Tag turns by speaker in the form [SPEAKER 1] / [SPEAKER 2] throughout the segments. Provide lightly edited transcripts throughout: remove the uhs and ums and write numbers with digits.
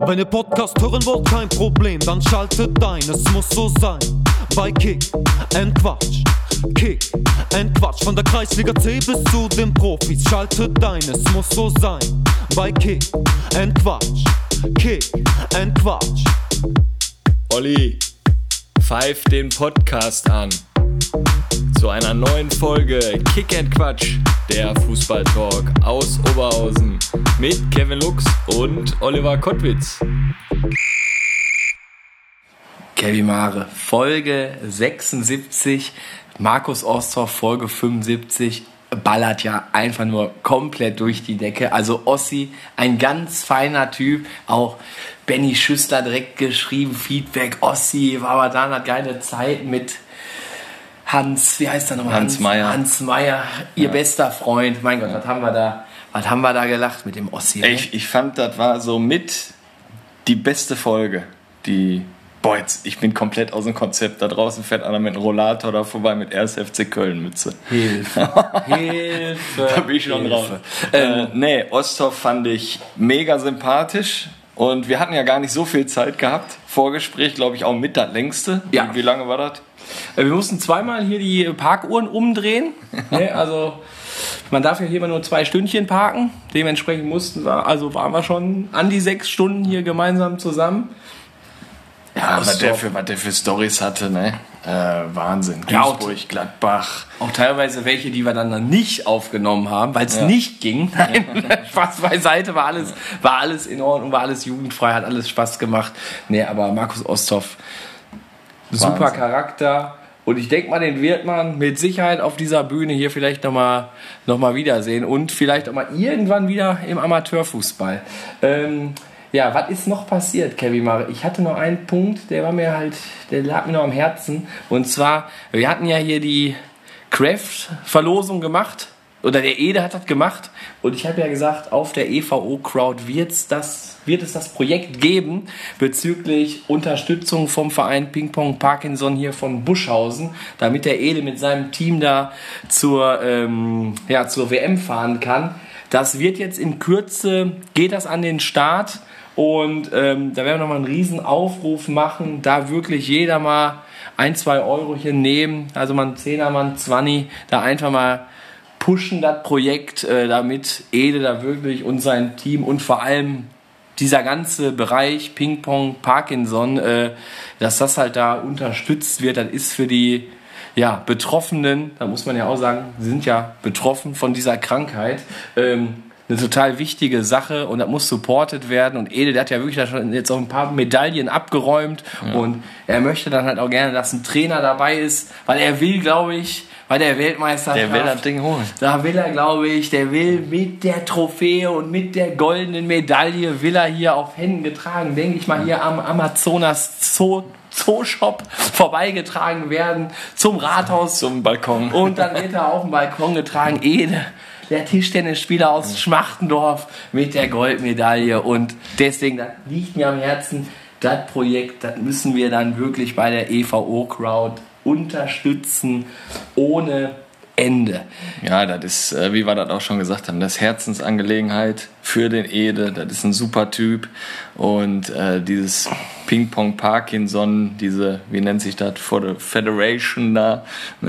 [SPEAKER 1] Wenn ihr Podcast hören wollt, kein Problem, dann schaltet ein, es muss so sein. Bei Kick and Quatsch, Kick and Quatsch. Von der Kreisliga C bis zu den Profis, schaltet ein, es muss so sein. Bei Kick and Quatsch, Kick and Quatsch.
[SPEAKER 2] Olli, pfeif den Podcast an. Zu einer neuen Folge Kick and Quatsch, der Fußballtalk aus Oberhausen mit Kevin Lux und Oliver Kottwitz.
[SPEAKER 3] Kevin Mare, Folge 76, Markus Osthoff, Folge 75, ballert ja einfach nur komplett durch die Decke. Also Ossi, ein ganz feiner Typ, auch Benny Schüssler direkt geschrieben, Feedback, Ossi, war aber dann hat geile Zeit mit Hans, wie heißt er nochmal?
[SPEAKER 2] Hans Meyer.
[SPEAKER 3] Hans Meyer, ihr bester Freund. Mein Gott, was haben wir da gelacht mit dem Ossi? Ne?
[SPEAKER 2] Ich fand, das war so mit die beste Folge. Ich bin komplett aus dem Konzept. Da draußen fährt einer mit einem Rollator da vorbei mit 1. FC Köln Mütze.
[SPEAKER 3] Hilfe.
[SPEAKER 2] Da bin ich schon drauf. Osthoff fand ich mega sympathisch. Und wir hatten ja gar nicht so viel Zeit gehabt. Vorgespräch, glaube ich, auch mit das längste.
[SPEAKER 3] Ja.
[SPEAKER 2] Wie lange war das?
[SPEAKER 3] Wir mussten zweimal hier die Parkuhren umdrehen. Ne? Also man darf ja hier immer nur 2 Stündchen parken. Dementsprechend waren wir schon an die 6 Stunden hier gemeinsam zusammen.
[SPEAKER 2] Ja, was der für Storys hatte, ne? Wahnsinn. Duisburg, Gladbach.
[SPEAKER 3] Auch teilweise welche, die wir dann nicht aufgenommen haben, weil es nicht ging. Nein, Spaß beiseite, war alles in Ordnung, war alles jugendfrei, hat alles Spaß gemacht. Ne, aber Markus Osthoff, super Wahnsinn. Charakter. Und ich denke mal, den wird man mit Sicherheit auf dieser Bühne hier vielleicht noch mal wiedersehen. Und vielleicht auch mal irgendwann wieder im Amateurfußball. Ja, was ist noch passiert, Kevin Mare? Ich hatte noch einen Punkt, der lag mir noch am Herzen. Und zwar, wir hatten ja hier die Craft-Verlosung gemacht. Oder der Ede hat das gemacht. Und ich habe ja gesagt, auf der EVO-Crowd wird es das Projekt geben bezüglich Unterstützung vom Verein Ping-Pong Parkinson hier von Buschhausen, damit der Ede mit seinem Team da zur WM fahren kann. Das wird jetzt in Kürze, geht das an den Start. Und da werden wir nochmal einen riesen Aufruf machen, da wirklich jeder mal 1-2 Eurochen nehmen, also mal ein 10er, mal ein 20, da einfach mal pushen das Projekt, damit Ede da wirklich und sein Team und vor allem dieser ganze Bereich Ping-Pong, Parkinson, dass das halt da unterstützt wird. Das ist für die Betroffenen, da muss man ja auch sagen, sie sind ja betroffen von dieser Krankheit, eine total wichtige Sache und das muss supported werden. Und Ede, der hat ja wirklich da schon jetzt auch ein paar Medaillen abgeräumt und er möchte dann halt auch gerne, dass ein Trainer dabei ist, weil er will, glaube ich, bei der Weltmeisterschaft.
[SPEAKER 2] Der will das Ding holen.
[SPEAKER 3] Da will er, glaube ich, der will mit der Trophäe und mit der goldenen Medaille will er hier auf Händen getragen, denke ich mal, hier am Amazonas Zoo-Shop vorbeigetragen werden, zum Rathaus.
[SPEAKER 2] Zum Balkon.
[SPEAKER 3] Und dann wird er auf dem Balkon getragen. Ede, der Tischtennisspieler aus Schmachtendorf mit der Goldmedaille. Und deswegen, das liegt mir am Herzen, das Projekt, das müssen wir dann wirklich bei der EVO-Crowd unterstützen ohne Ende. Ja,
[SPEAKER 2] das ist, wie wir das auch schon gesagt haben, das ist Herzensangelegenheit für den Ede. Das ist ein super Typ. Und dieses Ping-Pong Parkinson, wie nennt sich das, Federation da,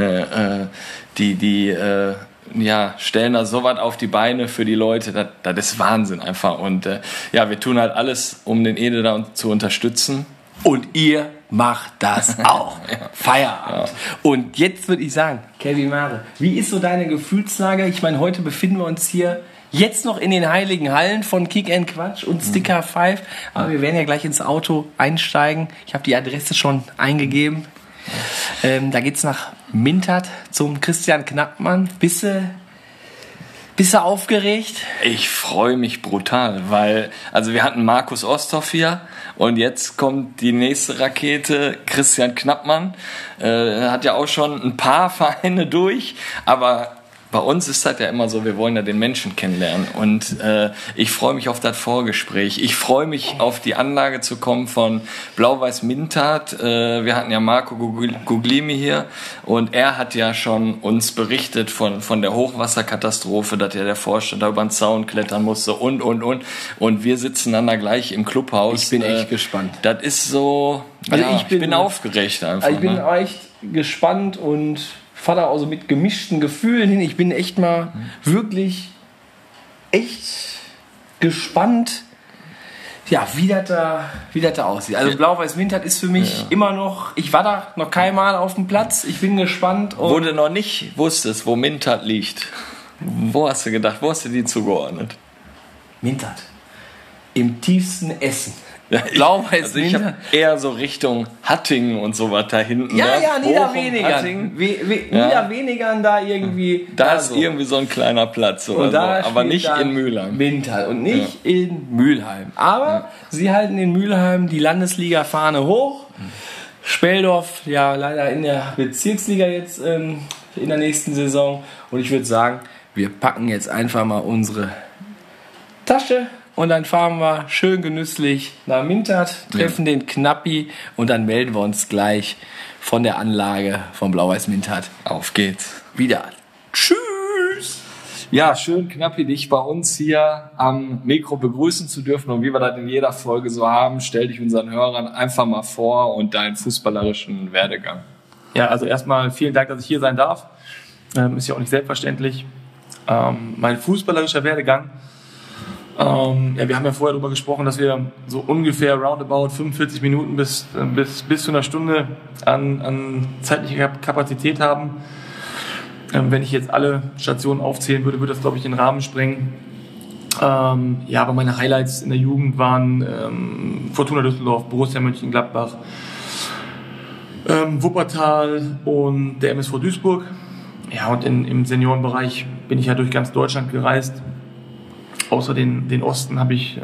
[SPEAKER 2] die stellen da sowas auf die Beine für die Leute. Das ist Wahnsinn einfach. Und wir tun halt alles, um den Ede da zu unterstützen.
[SPEAKER 3] Und ihr macht das auch. Feierabend. Ja. Und jetzt würde ich sagen, Kevin Mare, wie ist so deine Gefühlslage? Ich meine, heute befinden wir uns hier jetzt noch in den heiligen Hallen von Kick and Quatsch und Sticker 5. Aber wir werden ja gleich ins Auto einsteigen. Ich habe die Adresse schon eingegeben. Da geht's nach Mintert zum Christian Knappmann. Bist du aufgeregt?
[SPEAKER 2] Ich freue mich brutal, weil wir hatten Markus Osthoff hier und jetzt kommt die nächste Rakete, Christian Knappmann. Hat ja auch schon ein paar Vereine durch, aber Bei uns ist das ja immer so, wir wollen ja den Menschen kennenlernen und ich freue mich auf das Vorgespräch. Ich freue mich auf die Anlage zu kommen von Blau-Weiß Mintat. Wir hatten ja Marco Guglimi hier und er hat ja schon uns berichtet von der Hochwasserkatastrophe, dass ja der Vorstand da über den Zaun klettern musste und wir sitzen dann da gleich im Clubhaus.
[SPEAKER 3] Ich bin echt gespannt.
[SPEAKER 2] Das ist so, also ich bin aufgeregt einfach.
[SPEAKER 3] Ich bin echt gespannt und fahre da also mit gemischten Gefühlen hin. Ich bin echt mal wirklich echt gespannt, ja, wie das da aussieht. Also Blau-Weiß Mintat ist für mich immer noch, ich war da noch kein Mal auf dem Platz. Ich bin gespannt.
[SPEAKER 2] Wo du noch nicht wusstest, wo Mintat liegt, wo hast du gedacht, wo hast du die zugeordnet?
[SPEAKER 3] Mintat. Im tiefsten Essen. Blau-Weiß
[SPEAKER 2] ich habe eher so Richtung Hattingen und so was da hinten.
[SPEAKER 3] Ja, Niederwenigern. Niederwenigern da irgendwie.
[SPEAKER 2] Da ist irgendwie so ein kleiner Platz oder so, aber nicht in Mülheim.
[SPEAKER 3] Mintal und nicht in Mülheim. Aber sie halten in Mülheim die Landesliga-Fahne hoch. Speldorf, ja, leider in der Bezirksliga jetzt in der nächsten Saison. Und ich würde sagen, wir packen jetzt einfach mal unsere Tasche. Und dann fahren wir schön genüsslich nach Mintat, treffen den Knappi und dann melden wir uns gleich von der Anlage von Blau-Weiß Mintat.
[SPEAKER 2] Auf geht's.
[SPEAKER 3] Wieder. Tschüss!
[SPEAKER 2] Ja, schön, Knappi, dich bei uns hier am Mikro begrüßen zu dürfen. Und wie wir das in jeder Folge so haben, stell dich unseren Hörern einfach mal vor und deinen fußballerischen Werdegang.
[SPEAKER 4] Ja, also erstmal vielen Dank, dass ich hier sein darf. Ist ja auch nicht selbstverständlich. Mein fußballerischer Werdegang. Wir haben ja vorher darüber gesprochen, dass wir so ungefähr roundabout 45 Minuten bis zu einer Stunde an zeitlicher Kapazität haben. Wenn ich jetzt alle Stationen aufzählen würde, würde das, glaube ich, den Rahmen sprengen. Aber meine Highlights in der Jugend waren Fortuna Düsseldorf, Borussia Mönchengladbach, Wuppertal und der MSV Duisburg. Ja, und im Seniorenbereich bin ich ja durch ganz Deutschland gereist. Außer den Osten habe ich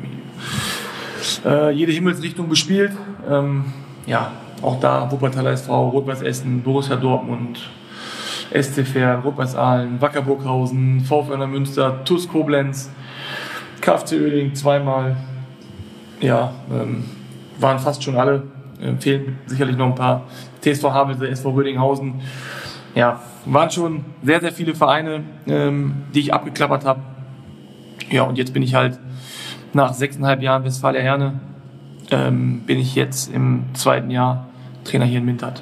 [SPEAKER 4] jede Himmelsrichtung bespielt. Auch da Wuppertaler SV, Rot-Weiß Essen, Borussia Dortmund, SC Verl, Rot-Weiß Aalen, Wacker Burghausen, VfL Münster, TuS Koblenz, KFC Uerdingen zweimal. Ja, waren fast schon alle. Fehlen sicherlich noch ein paar. TSV Havelse, SV Rödinghausen. Ja, waren schon sehr, sehr viele Vereine, die ich abgeklappert habe. Ja, und jetzt bin ich halt nach 6,5 Jahren Westfalia Herne, bin ich jetzt im 2. Jahr Trainer hier in Mintat.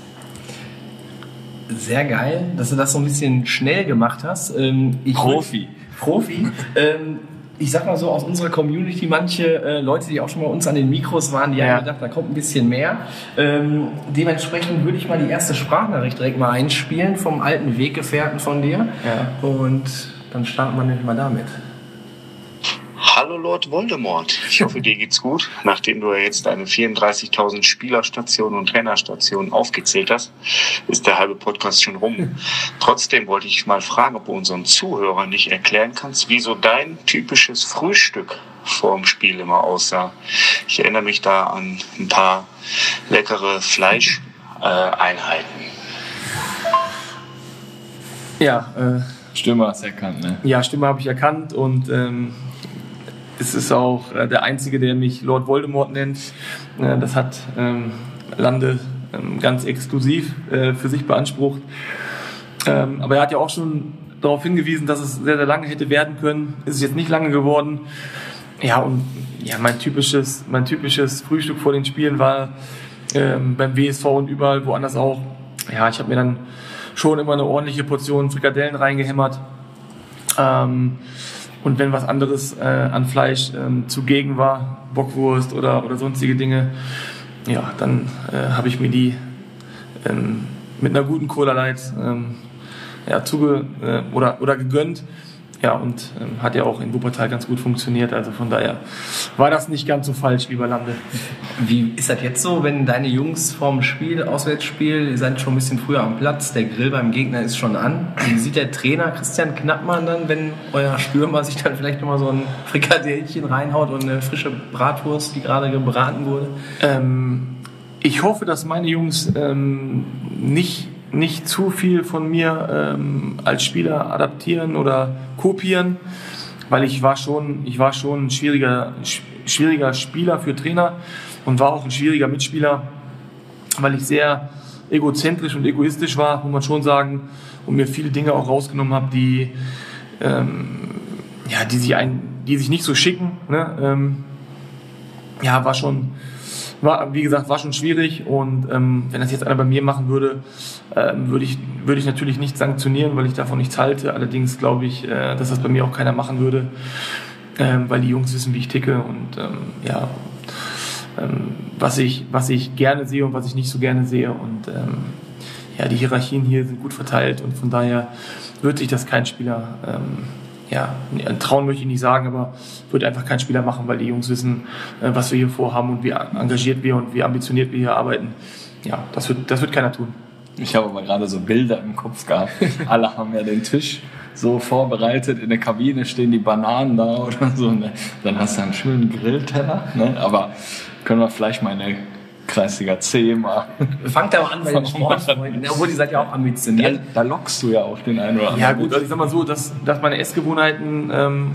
[SPEAKER 3] Sehr geil, dass du das so ein bisschen schnell gemacht hast.
[SPEAKER 2] Profi.
[SPEAKER 3] Ich sag mal so, aus unserer Community, manche Leute, die auch schon mal uns an den Mikros waren, die haben gedacht, da kommt ein bisschen mehr. Dementsprechend würde ich mal die erste Sprachnachricht direkt mal einspielen vom alten Weggefährten von dir. Ja. Und dann starten wir nämlich mal damit.
[SPEAKER 5] Hallo Lord Voldemort, ich hoffe dir geht's gut. Nachdem du ja jetzt deine 34.000 Spielerstationen und Trainerstationen aufgezählt hast, ist der halbe Podcast schon rum. Trotzdem wollte ich mal fragen, ob du unseren Zuhörern nicht erklären kannst, wie so dein typisches Frühstück vorm Spiel immer aussah. Ich erinnere mich da an ein paar leckere Fleischeinheiten.
[SPEAKER 2] Stimme hast du erkannt, ne?
[SPEAKER 4] Ja, Stimme habe ich erkannt und es ist auch der Einzige, der mich Lord Voldemort nennt. Das hat Lande ganz exklusiv für sich beansprucht. Aber er hat ja auch schon darauf hingewiesen, dass es sehr, sehr lange hätte werden können. Ist es jetzt nicht lange geworden. Ja, und ja, mein typisches Frühstück vor den Spielen war beim WSV und überall woanders auch. Ja, ich habe mir dann schon immer eine ordentliche Portion Frikadellen reingehämmert. Und wenn was anderes an Fleisch zugegen war, Bockwurst oder sonstige Dinge, ja, dann habe ich mir die mit einer guten Cola Light gegönnt. Ja, und hat ja auch in Wuppertal ganz gut funktioniert. Also von daher war das nicht ganz so falsch, lieber Lande.
[SPEAKER 3] Wie ist das jetzt so, wenn deine Jungs vorm Spiel, Auswärtsspiel, ihr seid schon ein bisschen früher am Platz, der Grill beim Gegner ist schon an. Wie sieht der Trainer Christian Knappmann dann, wenn euer Stürmer sich dann vielleicht nochmal so ein Frikadellchen reinhaut und eine frische Bratwurst, die gerade gebraten wurde?
[SPEAKER 4] Ich hoffe, dass meine Jungs nicht nicht zu viel von mir als Spieler adaptieren oder kopieren, weil ich war schon ein schwieriger Spieler für Trainer und war auch ein schwieriger Mitspieler, weil ich sehr egozentrisch und egoistisch war, muss man schon sagen, und mir viele Dinge auch rausgenommen habe, die sich nicht so schicken. Ne? War schon schwierig, und wenn das jetzt einer bei mir machen würde, würde ich natürlich nicht sanktionieren, weil ich davon nichts halte. Allerdings glaube ich, dass das bei mir auch keiner machen würde, weil die Jungs wissen, wie ich ticke, und was ich gerne sehe und was ich nicht so gerne sehe, und die Hierarchien hier sind gut verteilt, und von daher wird sich das kein Spieler trauen möchte ich nicht sagen, aber wird einfach kein Spieler machen, weil die Jungs wissen, was wir hier vorhaben und wie engagiert wir und wie ambitioniert wir hier arbeiten. Ja, das wird keiner tun.
[SPEAKER 2] Ich habe aber gerade so Bilder im Kopf gehabt. Alle haben ja den Tisch so vorbereitet, in der Kabine stehen die Bananen da oder so. Ne? Dann hast du einen schönen Grillteller. Ne? Aber können wir vielleicht mal eine Kreisliga C machen.
[SPEAKER 3] Fangt aber an bei den Sportfreunden, obwohl die seid ja auch ambitioniert.
[SPEAKER 2] Da lockst du ja auch den einen oder anderen.
[SPEAKER 4] Ja gut, also ich sag mal so, dass meine Essgewohnheiten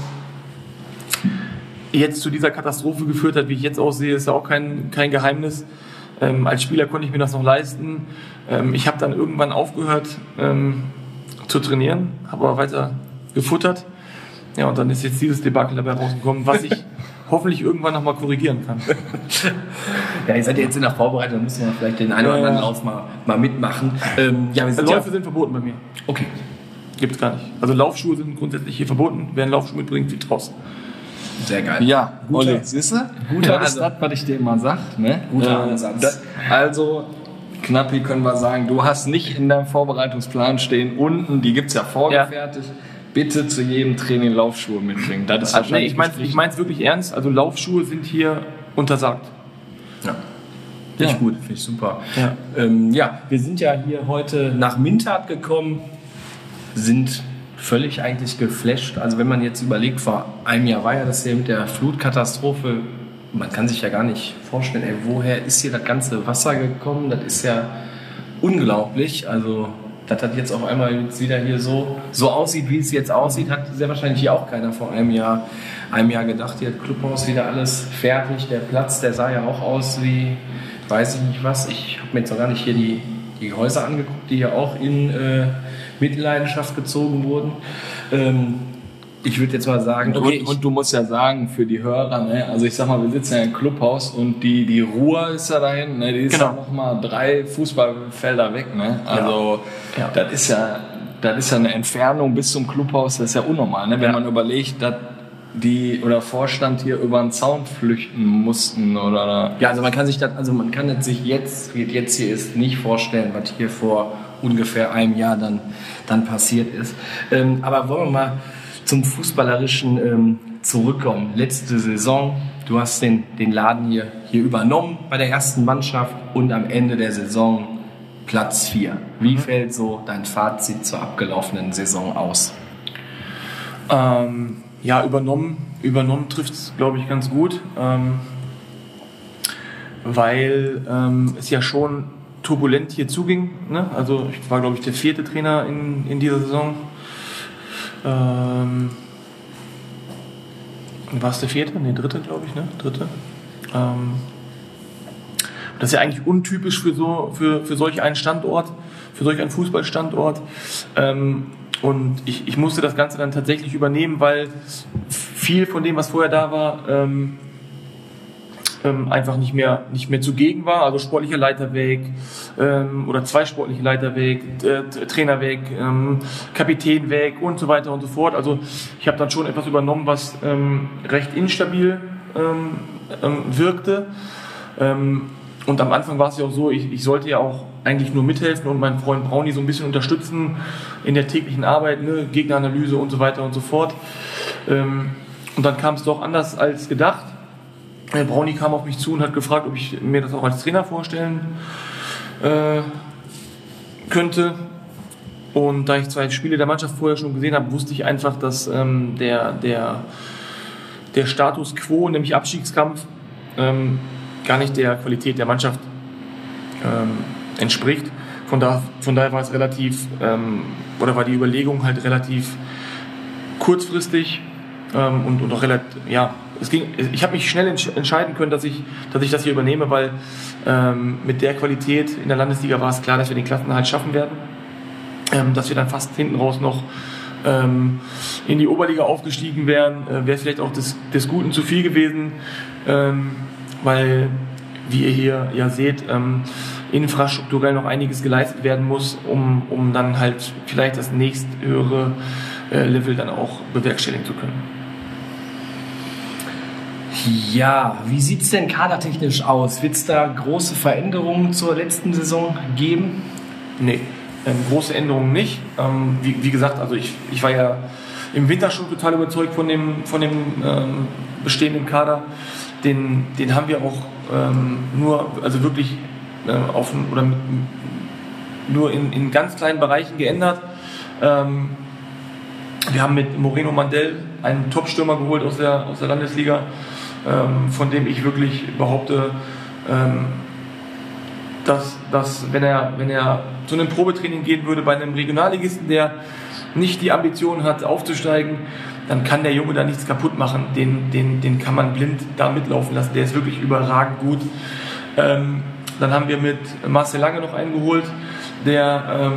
[SPEAKER 4] jetzt zu dieser Katastrophe geführt hat, wie ich jetzt aussehe, ist ja auch kein Geheimnis. Als Spieler konnte ich mir das noch leisten. Ich habe dann irgendwann aufgehört zu trainieren, habe aber weiter gefuttert. Ja, und dann ist jetzt dieses Debakel dabei rausgekommen, was ich hoffentlich irgendwann nochmal korrigieren kann.
[SPEAKER 3] Ja, ihr seid jetzt in der Vorbereitung, dann müssen wir vielleicht den einen oder anderen Lauf mal mitmachen.
[SPEAKER 4] Läufe sind verboten bei mir.
[SPEAKER 3] Okay.
[SPEAKER 4] Gibt's gar nicht. Also Laufschuhe sind grundsätzlich hier verboten. Wer einen Laufschuh mitbringt, fliegt raus.
[SPEAKER 3] Sehr geil.
[SPEAKER 2] Ja, Olli, siehst du? Das ist das, was ich dir immer sag. Ne?
[SPEAKER 3] Guter Ansatz.
[SPEAKER 2] Also, Knappi, können wir sagen, du hast nicht in deinem Vorbereitungsplan stehen unten, die gibt's ja vorgefertigt. Ja. Bitte zu jedem Training Laufschuhe mitbringen. Das ist
[SPEAKER 4] ich meine es wirklich ernst. Also Laufschuhe sind hier untersagt.
[SPEAKER 3] Ja. Finde ich gut, finde ich super. Ja. Wir sind ja hier heute nach Mintat gekommen, sind völlig eigentlich geflasht. Also wenn man jetzt überlegt, vor einem Jahr war ja das hier mit der Flutkatastrophe, man kann sich ja gar nicht vorstellen, woher ist hier das ganze Wasser gekommen? Das ist ja unglaublich. Also das hat jetzt auf einmal jetzt wieder hier so aussieht, wie es jetzt aussieht, hat sehr wahrscheinlich hier auch keiner vor einem Jahr gedacht. Hier hat Clubhaus wieder alles fertig, der Platz, der sah ja auch aus wie, weiß ich nicht was. Ich habe mir jetzt noch gar nicht hier die Häuser angeguckt, die hier auch in Mitleidenschaft gezogen wurden. Ich würde jetzt mal sagen,
[SPEAKER 2] okay, und du musst ja sagen, für die Hörer, ne, also ich sag mal, wir sitzen ja im Clubhaus und die Ruhr ist ja dahin, ne, die ist ja noch mal 3 Fußballfelder weg, ne? Also das ist ja eine Entfernung bis zum Clubhaus, das ist ja unnormal, ne? Wenn man überlegt, dass Vorstand hier über den Zaun flüchten mussten oder.
[SPEAKER 3] Ja, also man kann sich jetzt, wie es jetzt hier ist, nicht vorstellen, was hier vor ungefähr einem Jahr dann passiert ist. Aber wollen wir mal zum Fußballerischen zurückkommen. Letzte Saison, du hast den Laden hier übernommen bei der ersten Mannschaft und am Ende der Saison Platz 4. Wie fällt so dein Fazit zur abgelaufenen Saison aus?
[SPEAKER 4] Übernommen trifft es, glaube ich, ganz gut, weil es ja schon turbulent hier zuging. Ne? Also ich war, glaube ich, der 4. Trainer in dieser Saison. War es der 4.? Ne, 3. glaube ich, ne? 3. Das ist ja eigentlich untypisch für solch einen Standort, für solch einen Fußballstandort. Und ich musste das Ganze dann tatsächlich übernehmen, weil viel von dem, was vorher da war, einfach nicht mehr zugegen war. Also sportlicher Leiter weg, oder 2 sportliche Leiter weg, Trainer weg, Kapitän weg und so weiter und so fort. Also ich habe dann schon etwas übernommen, was recht instabil wirkte. Und am Anfang war es ja auch so, ich sollte ja auch eigentlich nur mithelfen und meinen Freund Brownie so ein bisschen unterstützen in der täglichen Arbeit, ne, Gegneranalyse und so weiter und so fort. Und dann kam es doch anders als gedacht. Brownie kam auf mich zu und hat gefragt, ob ich mir das auch als Trainer vorstellen könnte. Und da ich 2 Spiele der Mannschaft vorher schon gesehen habe, wusste ich einfach, dass der Status quo, nämlich Abstiegskampf, gar nicht der Qualität der Mannschaft entspricht. Von daher war es relativ, oder war die Überlegung halt relativ kurzfristig und auch relativ, ich habe mich schnell entscheiden können, dass ich das hier übernehme, weil mit der Qualität in der Landesliga war es klar, dass wir den Klassenerhalt schaffen werden, dass wir dann fast hinten raus noch in die Oberliga aufgestiegen wären, wäre vielleicht auch des Guten zu viel gewesen, weil, wie ihr hier ja seht, infrastrukturell noch einiges geleistet werden muss, um dann halt vielleicht das nächsthöhere Level dann auch bewerkstelligen zu können.
[SPEAKER 3] Ja, wie sieht es denn kadertechnisch aus? Wird es da große Veränderungen zur letzten Saison geben?
[SPEAKER 4] Nee, große Änderungen nicht. Wie gesagt, also ich war ja im Winter schon total überzeugt von dem bestehenden Kader. Den haben wir auch nur, also wirklich nur in ganz kleinen Bereichen geändert. Wir haben mit Moreno Mandel einen Top-Stürmer geholt aus der Landesliga, von dem ich wirklich behaupte, dass wenn er zu einem Probetraining gehen würde bei einem Regionalligisten, der nicht die Ambition hat aufzusteigen, dann kann der Junge da nichts kaputt machen. Den kann man blind da mitlaufen lassen. Der ist wirklich überragend gut. Dann haben wir mit Marcel Lange noch einen geholt, der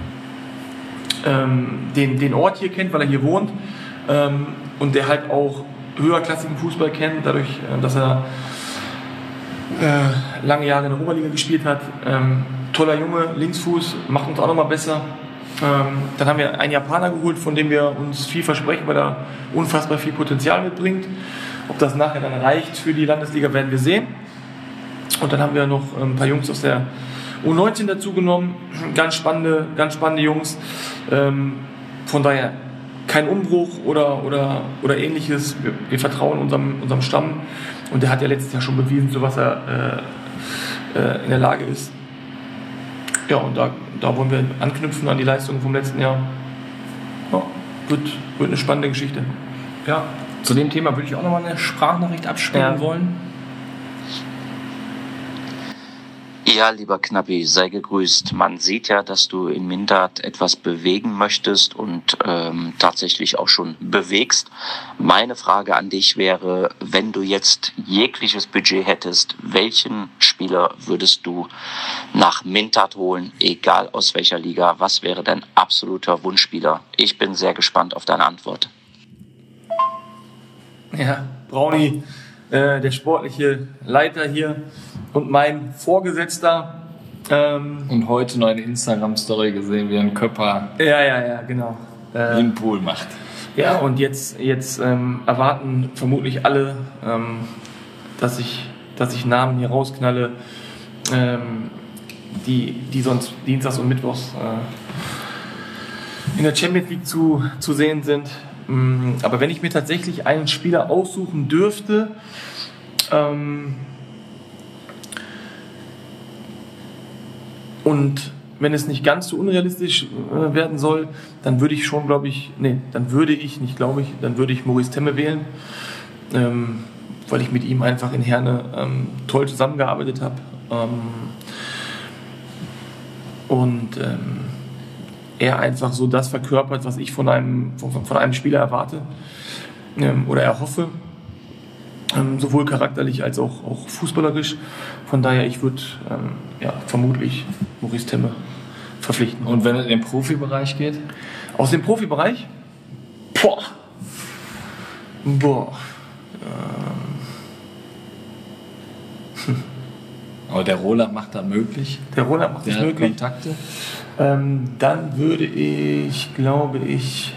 [SPEAKER 4] den Ort hier kennt, weil er hier wohnt, und der halt auch höherklassigen Fußball kennt, dadurch, dass er lange Jahre in der Oberliga gespielt hat. Toller Junge, Linksfuß, macht uns auch nochmal besser. Dann haben wir einen Japaner geholt, von dem wir uns viel versprechen, weil er unfassbar viel Potenzial mitbringt. Ob das nachher dann reicht für die Landesliga, werden wir sehen. Und dann haben wir noch ein paar Jungs aus der U19 dazu genommen, ganz spannende Jungs. Von daher kein Umbruch oder ähnliches. Wir vertrauen unserem Stamm, und der hat ja letztes Jahr schon bewiesen, zu was er in der Lage ist. Ja, und da wollen wir anknüpfen an die Leistungen vom letzten Jahr. Ja, wird eine spannende Geschichte.
[SPEAKER 3] Ja, zu dem Thema würde ich auch nochmal eine Sprachnachricht abspielen wollen.
[SPEAKER 6] Ja, lieber Knappi, sei gegrüßt. Man sieht ja, dass du in Mindert etwas bewegen möchtest und tatsächlich auch schon bewegst. Meine Frage an dich wäre, wenn du jetzt jegliches Budget hättest, welchen Spieler würdest du nach Mindert holen, egal aus welcher Liga? Was wäre dein absoluter Wunschspieler? Ich bin sehr gespannt auf deine Antwort.
[SPEAKER 4] Ja, Brownie, der sportliche Leiter hier und mein Vorgesetzter.
[SPEAKER 2] Und heute noch eine Instagram-Story gesehen, wie ein Köpper
[SPEAKER 4] Ja, genau.
[SPEAKER 2] den Pool macht.
[SPEAKER 4] Ja, und jetzt erwarten vermutlich alle, dass ich Namen hier rausknalle, die sonst dienstags und mittwochs in der Champions League zu sehen sind. Aber wenn ich mir tatsächlich einen Spieler aussuchen dürfte, und wenn es nicht ganz so unrealistisch werden soll, dann würde ich Maurice Temme wählen, weil ich mit ihm einfach in Herne toll zusammengearbeitet habe. Und er einfach so das verkörpert, was ich von einem Spieler erwarte oder erhoffe, sowohl charakterlich als auch fußballerisch. Von daher, ich würde vermutlich Maurice Temme verpflichten.
[SPEAKER 2] Und wenn es in den Profibereich geht?
[SPEAKER 4] Aus dem Profibereich?
[SPEAKER 2] Aber der Roland macht das möglich.
[SPEAKER 4] Der Roland macht das möglich.
[SPEAKER 2] Kontakte.
[SPEAKER 4] Dann würde ich, glaube ich,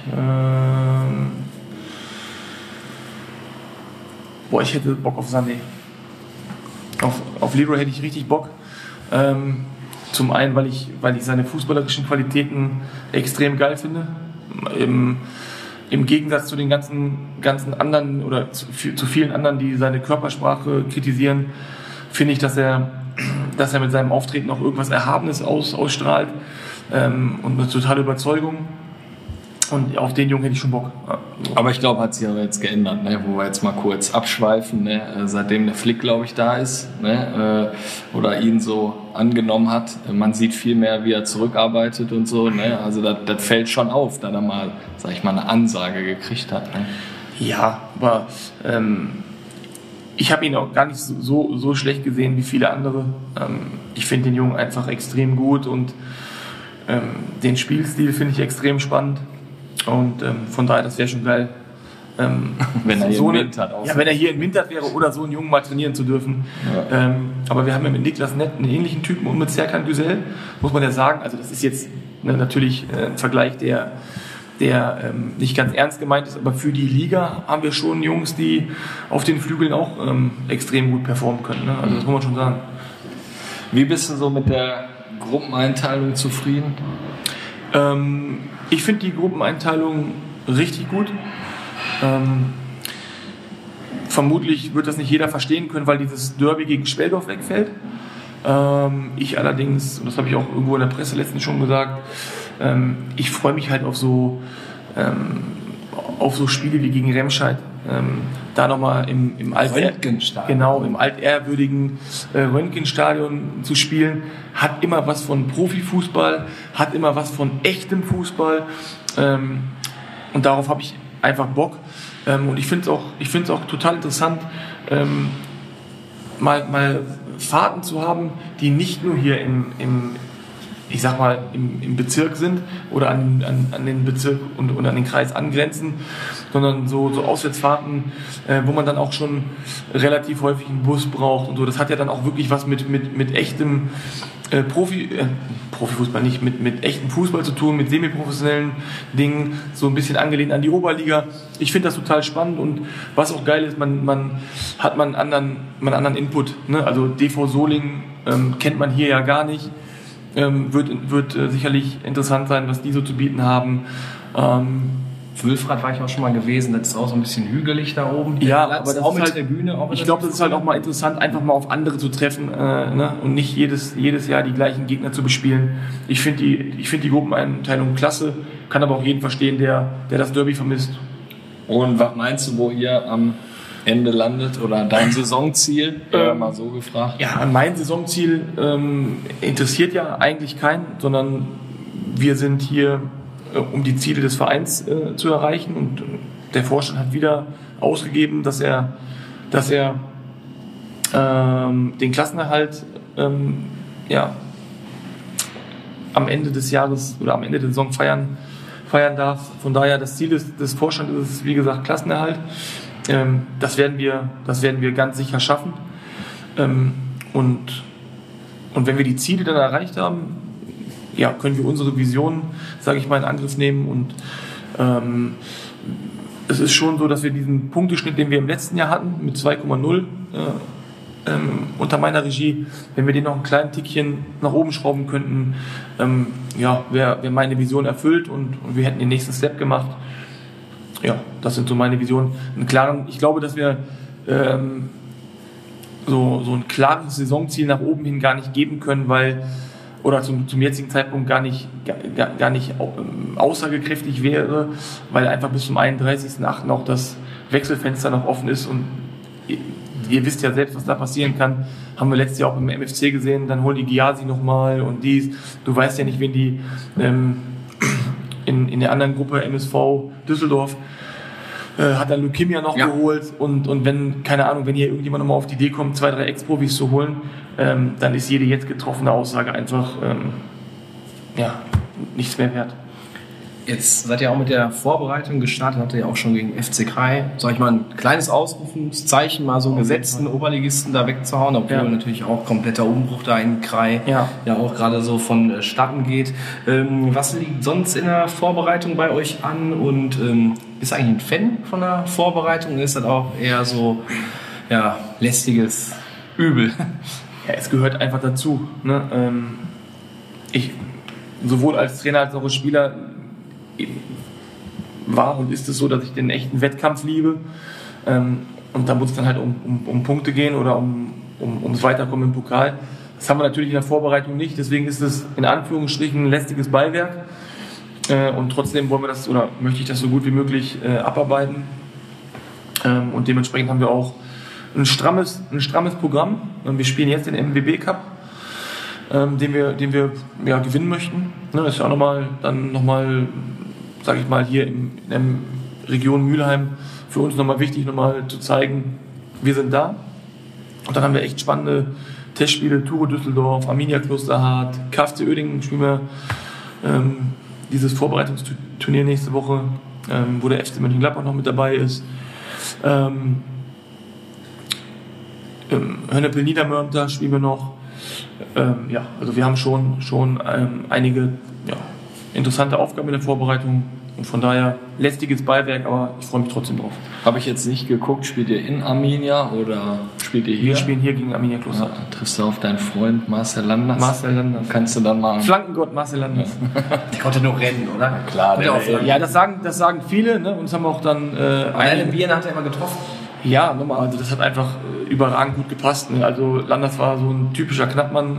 [SPEAKER 4] ich hätte Bock auf Sané. Auf Leroy hätte ich richtig Bock. Zum einen, weil ich seine fußballerischen Qualitäten extrem geil finde. Im Gegensatz zu den ganzen anderen oder zu vielen anderen, die seine Körpersprache kritisieren, finde ich, dass er mit seinem Auftreten auch irgendwas Erhabenes ausstrahlt und eine totale Überzeugung. Und auf den Jungen hätte ich schon Bock. Ja.
[SPEAKER 2] Aber ich glaube, hat sich aber jetzt geändert, ne? Wo wir jetzt mal kurz abschweifen, ne? Seitdem der Flick, glaube ich, da ist, ne? Oder ihn so angenommen hat. Man sieht viel mehr, wie er zurückarbeitet und so. Ne? Also das fällt schon auf, da er mal, sag ich mal, eine Ansage gekriegt hat. Ne?
[SPEAKER 4] Ja, aber ich habe ihn auch gar nicht so schlecht gesehen wie viele andere. Ich finde den Jungen einfach extrem gut und den Spielstil finde ich extrem spannend. Und von daher, das wäre schon geil.
[SPEAKER 2] Wenn er hier in Windert
[SPEAKER 4] ja, wenn er hier in Windert wäre oder so einen Jungen mal trainieren zu dürfen. Ja. Aber wir haben ja mit Niklas Nett einen ähnlichen Typen und mit Serkan Güzel, muss man ja sagen. Also das ist jetzt natürlich ein Vergleich, der nicht ganz ernst gemeint ist, aber für die Liga haben wir schon Jungs, die auf den Flügeln auch extrem gut performen können. Ne? Also das muss man schon sagen.
[SPEAKER 2] Wie bist du so mit der Gruppeneinteilung zufrieden?
[SPEAKER 4] Ich finde die Gruppeneinteilung richtig gut. Vermutlich wird das nicht jeder verstehen können, weil dieses Derby gegen Speldorf wegfällt. Ich allerdings, und das habe ich auch irgendwo in der Presse letztens schon gesagt, ich freue mich halt auf so Spiele wie gegen Remscheid. Da nochmal im altehrwürdigen Röntgenstadion zu spielen, hat immer was von Profifußball, hat immer was von echtem Fußball, und darauf habe ich einfach Bock. Und ich finde es auch total interessant, mal Fahrten zu haben, die nicht nur hier im Bezirk sind oder an den Bezirk und an den Kreis angrenzen, sondern so Auswärtsfahrten, wo man dann auch schon relativ häufig einen Bus braucht und so. Das hat ja dann auch wirklich was mit echtem Profifußball, nicht mit echtem Fußball zu tun, mit semiprofessionellen Dingen, so ein bisschen angelehnt an die Oberliga. Ich finde das total spannend und was auch geil ist, man hat einen anderen Input. Ne? Also DV Solingen kennt man hier ja gar nicht. Wird sicherlich interessant sein, was die so zu bieten haben.
[SPEAKER 3] Wülfrath war ich auch schon mal gewesen, das ist auch so ein bisschen hügelig da oben.
[SPEAKER 4] Ja, aber das
[SPEAKER 3] auch
[SPEAKER 4] ist
[SPEAKER 3] mit
[SPEAKER 4] halt,
[SPEAKER 3] Tribüne.
[SPEAKER 4] Ich glaube, das ist halt auch mal interessant, einfach mal auf andere zu treffen, ne? Und nicht jedes Jahr die gleichen Gegner zu bespielen. Ich finde die Gruppeneinteilung klasse, kann aber auch jeden verstehen, der das Derby vermisst.
[SPEAKER 2] Und was meinst du, wo ihr am Ende landet oder dein Saisonziel? Mal so gefragt.
[SPEAKER 4] Ja, mein Saisonziel interessiert ja eigentlich keinen, sondern wir sind hier, um die Ziele des Vereins zu erreichen, und der Vorstand hat wieder ausgegeben, dass er den Klassenerhalt am Ende des Jahres oder am Ende der Saison feiern darf. Von daher, das Ziel des Vorstands ist, wie gesagt, Klassenerhalt. Das werden wir ganz sicher schaffen. Und wenn wir die Ziele dann erreicht haben, ja, können wir unsere Vision, sage ich mal, in Angriff nehmen. Und es ist schon so, dass wir diesen Punkteschnitt, den wir im letzten Jahr hatten, mit 2,0 unter meiner Regie, wenn wir den noch ein kleines Tickchen nach oben schrauben könnten, wäre meine Vision erfüllt und wir hätten den nächsten Step gemacht. Ja, das sind so meine Visionen. Ich glaube, dass wir so ein klares Saisonziel nach oben hin gar nicht geben können, oder zum jetzigen Zeitpunkt gar nicht aussagekräftig wäre, weil einfach bis zum 31.08. auch das Wechselfenster noch offen ist, und ihr wisst ja selbst, was da passieren kann. Haben wir letztes Jahr auch im MFC gesehen, dann holen die Gyasi nochmal und dies. Du weißt ja nicht, wen die in der anderen Gruppe MSV Düsseldorf hat dann Lukimia noch geholt, und wenn, keine Ahnung, wenn hier irgendjemand nochmal auf die Idee kommt, 2, 3 Ex-Profis zu holen, dann ist jede jetzt getroffene Aussage einfach nichts mehr wert.
[SPEAKER 3] Jetzt seid ihr auch mit der Vorbereitung gestartet, habt ihr ja auch schon gegen FC Krai, sag ich mal, ein kleines Ausrufungszeichen, mal so einen gesetzten Oberligisten da wegzuhauen, obwohl natürlich auch kompletter Umbruch da in Krai ja auch gerade so vonstatten geht. Was liegt sonst in der Vorbereitung bei euch an, und bist du eigentlich ein Fan von der Vorbereitung? Ist das auch eher so lästiges Übel?
[SPEAKER 4] Ja, es gehört einfach dazu. Ne? Ich, sowohl als Trainer als auch als Spieler, war und ist es so, dass ich den echten Wettkampf liebe. Und da muss es dann halt um Punkte gehen oder ums Weiterkommen im Pokal. Das haben wir natürlich in der Vorbereitung nicht, deswegen ist es in Anführungsstrichen ein lästiges Beiwerk. Und trotzdem wollen wir das oder möchte ich das so gut wie möglich abarbeiten. Und dementsprechend haben wir auch ein strammes Programm. Wir spielen jetzt den MBB Cup, den wir gewinnen möchten. Das ist ja auch nochmal, sage ich mal, hier in der Region Mülheim für uns nochmal wichtig, nochmal zu zeigen, wir sind da. Und dann haben wir echt spannende Testspiele, Turo Düsseldorf, Arminia Klosterhardt, KfC Uerdingen spielen wir dieses Vorbereitungsturnier nächste Woche, wo der FC Mönchengladbach noch mit dabei ist. Hönnepel Niedermörnter spielen wir noch. Also wir haben schon einige interessante Aufgaben in der Vorbereitung. Und von daher lästiges Beiwerk, aber ich freue mich trotzdem drauf.
[SPEAKER 2] Habe ich jetzt nicht geguckt, spielt ihr in Arminia oder spielt ihr hier?
[SPEAKER 4] Wir spielen hier gegen Arminia Kloster.
[SPEAKER 2] Ja, triffst du auf deinen Freund Marcel Landers?
[SPEAKER 4] Marcel Landers.
[SPEAKER 2] Kannst du dann mal...
[SPEAKER 4] Flankengott Marcel Landers.
[SPEAKER 3] Der konnte nur rennen, oder?
[SPEAKER 2] Ja, klar.
[SPEAKER 4] Das sagen viele, ne? Und das haben auch dann...
[SPEAKER 3] Einen Bieren hat er immer getroffen.
[SPEAKER 4] Ja, nochmal, also das hat einfach überragend gut gepasst. Ne? Also Landers war so ein typischer Knappmann,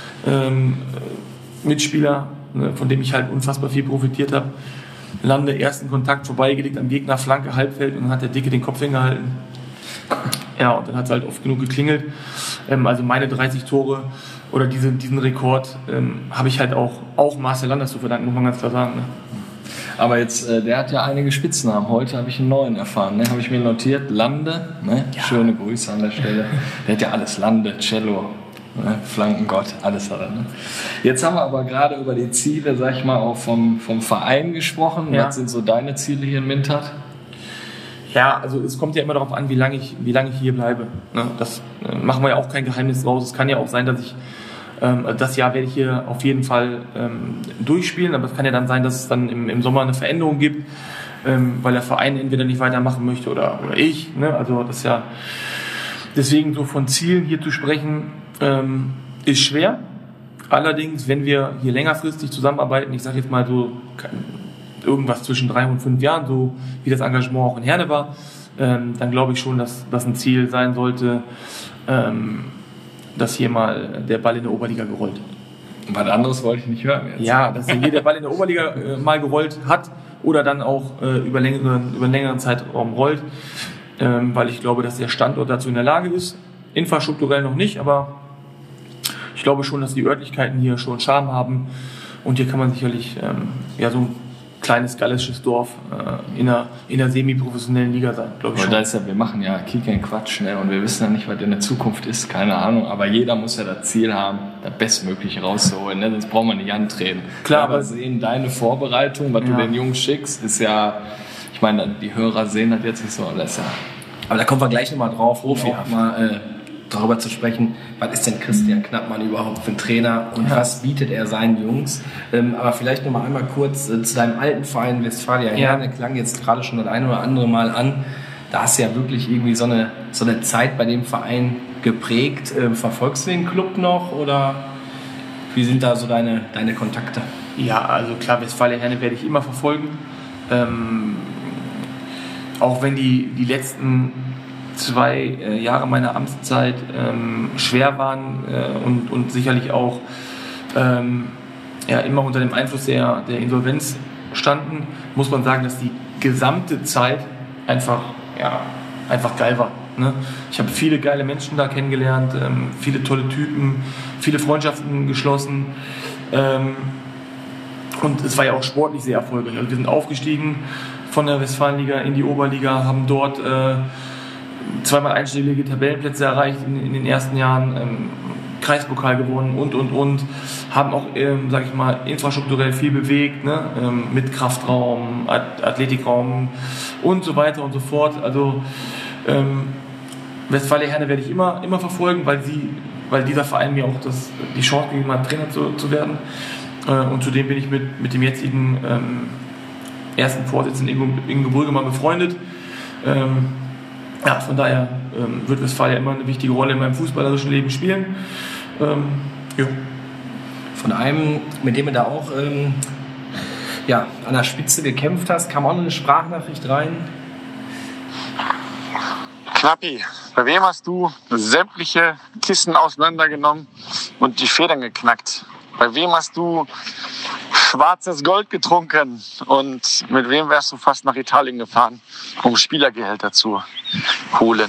[SPEAKER 4] Mitspieler, ne? Von dem ich halt unfassbar viel profitiert habe. Lande, ersten Kontakt vorbeigelegt am Gegner, Flanke, Halbfeld und dann hat der Dicke den Kopf hingehalten. Ja, und dann hat es halt oft genug geklingelt. Also meine 30 Tore oder diesen Rekord habe ich halt auch Marcel Landers zu verdanken, muss man ganz klar sagen. Ne?
[SPEAKER 2] Aber jetzt, der hat ja einige Spitznamen. Heute habe ich einen neuen erfahren, ne? Habe ich mir notiert. Lande, ne? Ja. Schöne Grüße an der Stelle. Der hat ja alles. Lande, Cello, ne? Flankengott, alles hat er. Ne? Jetzt haben wir aber gerade über die Ziele, sag ich mal, auch vom Verein gesprochen. Ja. Was sind so deine Ziele hier in Mintat?
[SPEAKER 4] Ja, also es kommt ja immer darauf an, wie lange ich hier bleibe. Ne? Das machen wir ja auch kein Geheimnis draus. Es kann ja auch sein, dass ich das Jahr werde ich hier auf jeden Fall durchspielen, aber es kann ja dann sein, dass es dann im Sommer eine Veränderung gibt, weil der Verein entweder nicht weitermachen möchte oder ich. Ne? Also das ist ja deswegen so von Zielen hier zu sprechen, ist schwer. Allerdings, wenn wir hier längerfristig zusammenarbeiten, ich sage jetzt mal so irgendwas zwischen 3 und 5 Jahren, so wie das Engagement auch in Herne war, dann glaube ich schon, dass das ein Ziel sein sollte, dass hier mal der Ball in der Oberliga gerollt.
[SPEAKER 2] Was anderes wollte ich nicht hören jetzt.
[SPEAKER 4] Ja, dass hier der Ball in der Oberliga mal gerollt hat oder dann auch über einen längeren Zeitraum rollt, weil ich glaube, dass der Standort dazu in der Lage ist. Infrastrukturell noch nicht, aber ich glaube schon, dass die Örtlichkeiten hier schon Charme haben und hier kann man sicherlich so ein kleines gallisches Dorf in einer semi-professionellen Liga sein, glaube ich schon.
[SPEAKER 2] Da ist ja, wir machen ja Kick and Quatsch, ne? Und wir wissen ja nicht, was in der Zukunft ist, keine Ahnung, aber jeder muss ja das Ziel haben, das Bestmögliche rauszuholen, ne? Sonst brauchen wir nicht antreten. Klar, aber sehen, deine Vorbereitung, was du den Jungs schickst, ist ja, ich meine, die Hörer sehen das jetzt nicht so, das ist ja...
[SPEAKER 3] Aber da kommen wir gleich nochmal drauf, mal darüber zu sprechen, was ist denn Christian Knappmann überhaupt für ein Trainer und was bietet er seinen Jungs. Aber vielleicht noch mal einmal kurz zu deinem alten Verein Westfalia Herne, klang jetzt gerade schon das eine oder andere Mal an. Da hast du ja wirklich irgendwie so eine Zeit bei dem Verein geprägt. Verfolgst du den Club noch oder wie sind da so deine Kontakte?
[SPEAKER 4] Ja, also klar, Westfalia Herne werde ich immer verfolgen. Auch wenn die letzten 2 Jahre meiner Amtszeit schwer waren und sicherlich auch immer unter dem Einfluss der Insolvenz standen, muss man sagen, dass die gesamte Zeit einfach geil war. Ne? Ich habe viele geile Menschen da kennengelernt, viele tolle Typen, viele Freundschaften geschlossen und es war ja auch sportlich sehr erfolgreich. Also wir sind aufgestiegen von der Westfalenliga in die Oberliga, haben dort 2-mal einstellige Tabellenplätze erreicht in den ersten Jahren, Kreispokal gewonnen und haben auch, sag ich mal, infrastrukturell viel bewegt, ne? Mit Kraftraum, Athletikraum und so weiter und so fort. Also Westfalia Herne werde ich immer verfolgen, weil dieser Verein mir auch die Chance gegeben hat, Trainer zu werden. Und zudem bin ich mit dem jetzigen ersten Vorsitzenden Ingo Brüggemann befreundet. Von daher wird Westfalia immer eine wichtige Rolle in meinem fußballerischen Leben spielen.
[SPEAKER 3] Von einem, mit dem du da auch an der Spitze gekämpft hast, kam auch noch eine Sprachnachricht rein.
[SPEAKER 5] Knappi, bei wem hast du sämtliche Kissen auseinandergenommen und die Federn geknackt? Bei wem hast du schwarzes Gold getrunken. Und mit wem wärst du fast nach Italien gefahren, um Spielergehälter zu holen?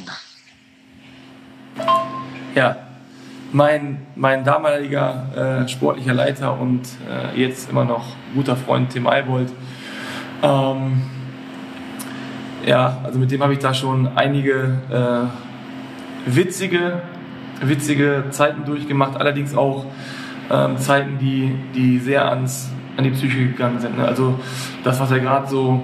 [SPEAKER 4] Ja, mein damaliger sportlicher Leiter und jetzt immer noch guter Freund Tim Eibold. Ja, also mit dem habe ich da schon einige witzige Zeiten durchgemacht, allerdings auch Zeiten, die sehr an die Psyche gegangen sind. Ne? Also das, was er gerade so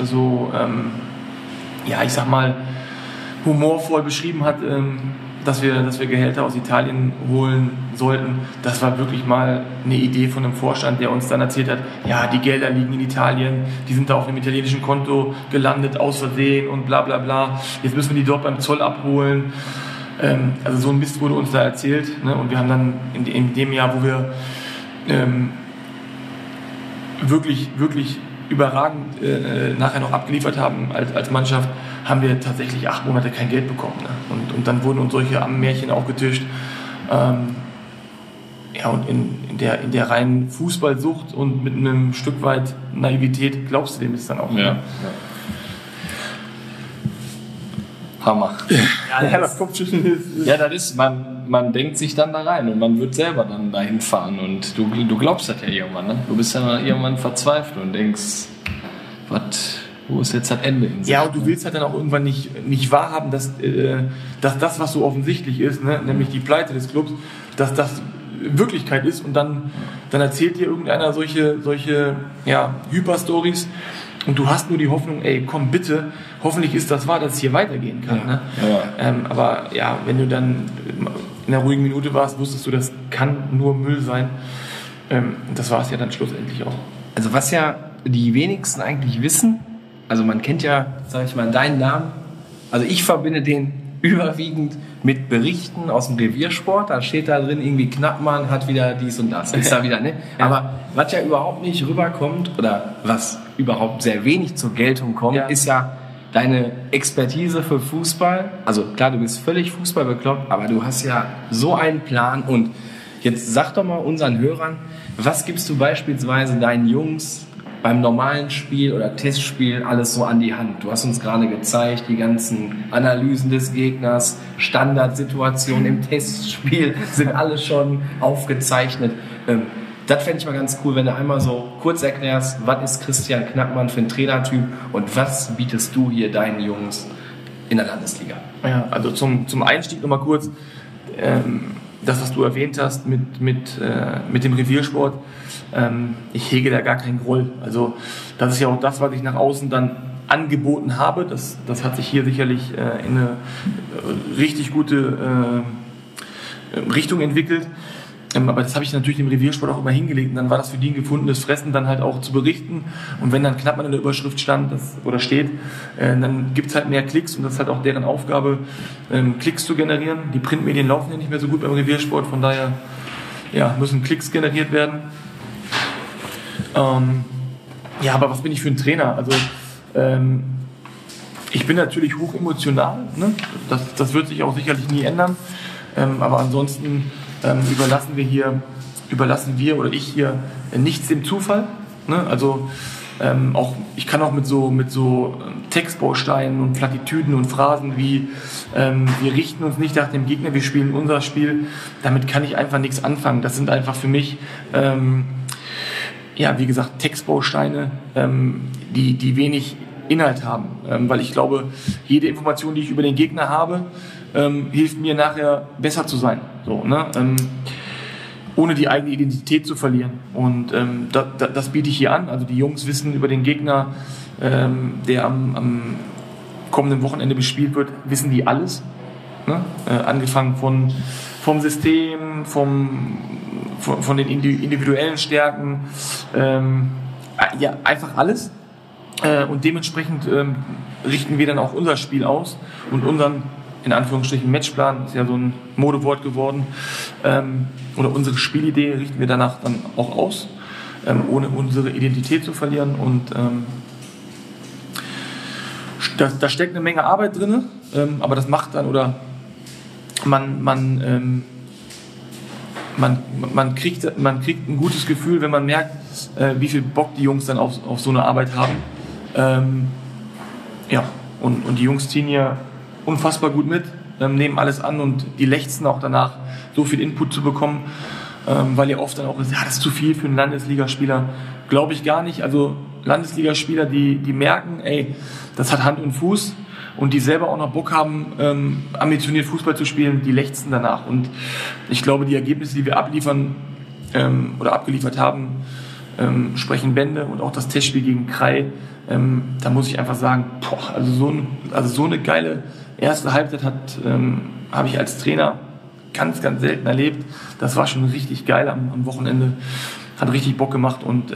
[SPEAKER 4] ja, ich sag mal, humorvoll beschrieben hat, dass wir Gehälter aus Italien holen sollten, das war wirklich mal eine Idee von einem Vorstand, der uns dann erzählt hat, ja, die Gelder liegen in Italien, die sind da auf einem italienischen Konto gelandet, aus Versehen und bla bla bla, jetzt müssen wir die dort beim Zoll abholen. Also so ein Mist wurde uns da erzählt, ne? Und wir haben dann in dem Jahr, wo wir wirklich überragend nachher noch abgeliefert haben als Mannschaft, haben wir tatsächlich 8 Monate kein Geld bekommen. Ne? Und dann wurden uns solche Märchen aufgetischt. Ja, und in der reinen Fußballsucht und mit einem Stück weit Naivität glaubst du dem ist dann auch.
[SPEAKER 2] Ja.
[SPEAKER 4] Ne?
[SPEAKER 2] Hammer.
[SPEAKER 4] Ja, das Kopfschütteln ist...
[SPEAKER 2] Ja, das ist, man denkt sich dann da rein und man wird selber dann dahin fahren und du glaubst das ja irgendwann, ne? Du bist ja irgendwann verzweifelt und denkst, wo ist jetzt das Ende?
[SPEAKER 4] Ja, und du willst halt dann auch irgendwann nicht wahrhaben, dass das, was so offensichtlich ist, ne? Nämlich die Pleite des Clubs, dass das Wirklichkeit ist und dann erzählt dir irgendeiner solche ja, Hyper-Stories und du hast nur die Hoffnung, ey, komm bitte, hoffentlich ist das wahr, dass es hier weitergehen kann.
[SPEAKER 2] Ja.
[SPEAKER 4] Ne?
[SPEAKER 2] Ja.
[SPEAKER 4] Aber ja, wenn du dann in einer ruhigen Minute warst, wusstest du, das kann nur Müll sein. Das war es ja dann schlussendlich auch.
[SPEAKER 3] Also was ja die wenigsten eigentlich wissen, also man kennt ja, sag ich mal, deinen Namen, also ich verbinde den überwiegend mit Berichten aus dem Reviersport, da steht da drin irgendwie Knappmann hat wieder dies und das, ist da wieder, ne?
[SPEAKER 4] Ja.
[SPEAKER 3] Aber was ja überhaupt nicht rüberkommt oder was überhaupt sehr wenig zur Geltung kommt,
[SPEAKER 4] Ja.
[SPEAKER 3] ist ja deine Expertise für Fußball. Also klar, du bist völlig fußballbekloppt, aber du hast ja so einen Plan und jetzt sag doch mal unseren Hörern, was gibst du beispielsweise deinen Jungs beim normalen Spiel oder Testspiel alles so an die Hand? Du hast uns gerade gezeigt, die ganzen Analysen des Gegners, Standardsituationen im Testspiel sind alles schon aufgezeichnet. Das fände ich mal ganz cool, wenn du einmal so kurz erklärst, was ist Christian Knappmann für ein Trainertyp und was bietest du hier deinen Jungs in der Landesliga?
[SPEAKER 4] Ja, also zum Einstieg nochmal kurz, das, was du erwähnt hast mit dem Reviersport, ich hege da gar keinen Groll. Also das ist ja auch das, was ich nach außen dann angeboten habe. Das hat sich hier sicherlich in eine richtig gute Richtung entwickelt. Aber das habe ich natürlich dem Reviersport auch immer hingelegt. Und dann war das für die ein gefundenes Fressen, dann halt auch zu berichten. Und wenn dann Knappmann in der Überschrift stand oder steht, dann gibt es halt mehr Klicks. Und das ist halt auch deren Aufgabe, Klicks zu generieren. Die Printmedien laufen ja nicht mehr so gut beim Reviersport. Von daher ja, müssen Klicks generiert werden. Ja, aber was bin ich für ein Trainer? Also ich bin natürlich hoch emotional. Ne? Das wird sich auch sicherlich nie ändern. Aber ansonsten überlassen wir oder ich hier nichts dem Zufall. Ne? Also auch ich kann auch mit so Textbausteinen und Plattitüden und Phrasen wie wir richten uns nicht nach dem Gegner, wir spielen unser Spiel. Damit kann ich einfach nichts anfangen. Das sind einfach für mich ja, wie gesagt, Textbausteine, die wenig Inhalt haben. Weil ich glaube, jede Information, die ich über den Gegner habe, hilft mir nachher besser zu sein. So, ne? Ohne die eigene Identität zu verlieren. Und das biete ich hier an. Also die Jungs wissen über den Gegner, der am kommenden Wochenende bespielt wird, wissen die alles. Ne? Angefangen vom System, von den individuellen Stärken, ja, einfach alles. Und dementsprechend richten wir dann auch unser Spiel aus und unseren, in Anführungsstrichen, Matchplan, ist ja so ein Modewort geworden, oder unsere Spielidee richten wir danach dann auch aus, ohne unsere Identität zu verlieren. Und da steckt eine Menge Arbeit drin, aber das macht dann, oder man kriegt ein gutes Gefühl, wenn man merkt, wie viel Bock die Jungs dann auf so eine Arbeit haben. Und die Jungs ziehen hier unfassbar gut mit, nehmen alles an und die lechzen auch danach, so viel Input zu bekommen, weil ja oft dann auch ist, ja, das ist zu viel für einen Landesligaspieler. Glaube ich gar nicht. Also Landesligaspieler, die merken, ey, das hat Hand und Fuß und die selber auch noch Bock haben, ambitioniert Fußball zu spielen, die lechzen danach. Und ich glaube, die Ergebnisse, die wir abliefern oder abgeliefert haben, sprechen Bände und auch das Testspiel gegen Krai, da muss ich einfach sagen, so eine geile erste Halbzeit habe ich als Trainer ganz, ganz selten erlebt. Das war schon richtig geil am Wochenende, hat richtig Bock gemacht und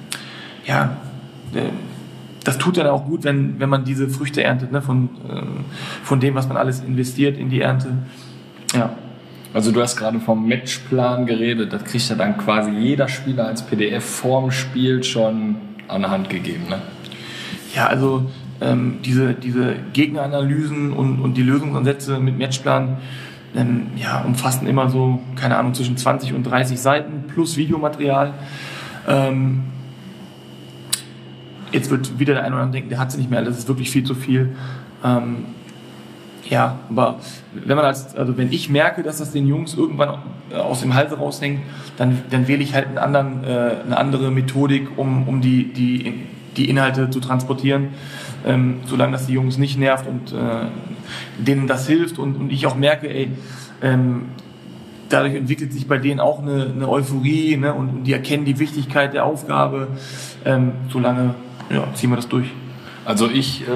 [SPEAKER 4] das tut dann auch gut, wenn man diese Früchte erntet, ne, von dem, was man alles investiert in die Ernte. Ja.
[SPEAKER 2] Also du hast gerade vom Matchplan geredet, das kriegt ja dann quasi jeder Spieler als PDF vorm Spiel schon an der Hand gegeben, ne?
[SPEAKER 4] Ja, also diese Gegneranalysen und die Lösungsansätze mit Matchplan umfassen immer so, keine Ahnung, zwischen 20 und 30 Seiten plus Videomaterial. Jetzt wird wieder der eine oder andere denken, der hat sie nicht mehr, das ist wirklich viel zu viel. Aber wenn ich merke, dass das den Jungs irgendwann aus dem Halse raushängt, dann wähle ich halt eine andere Methodik, um die Inhalte zu transportieren, solange das die Jungs nicht nervt und denen das hilft und ich auch merke, dadurch entwickelt sich bei denen auch eine Euphorie, ne, und die erkennen die Wichtigkeit der Aufgabe, solange ziehen wir das durch.
[SPEAKER 2] Also ich,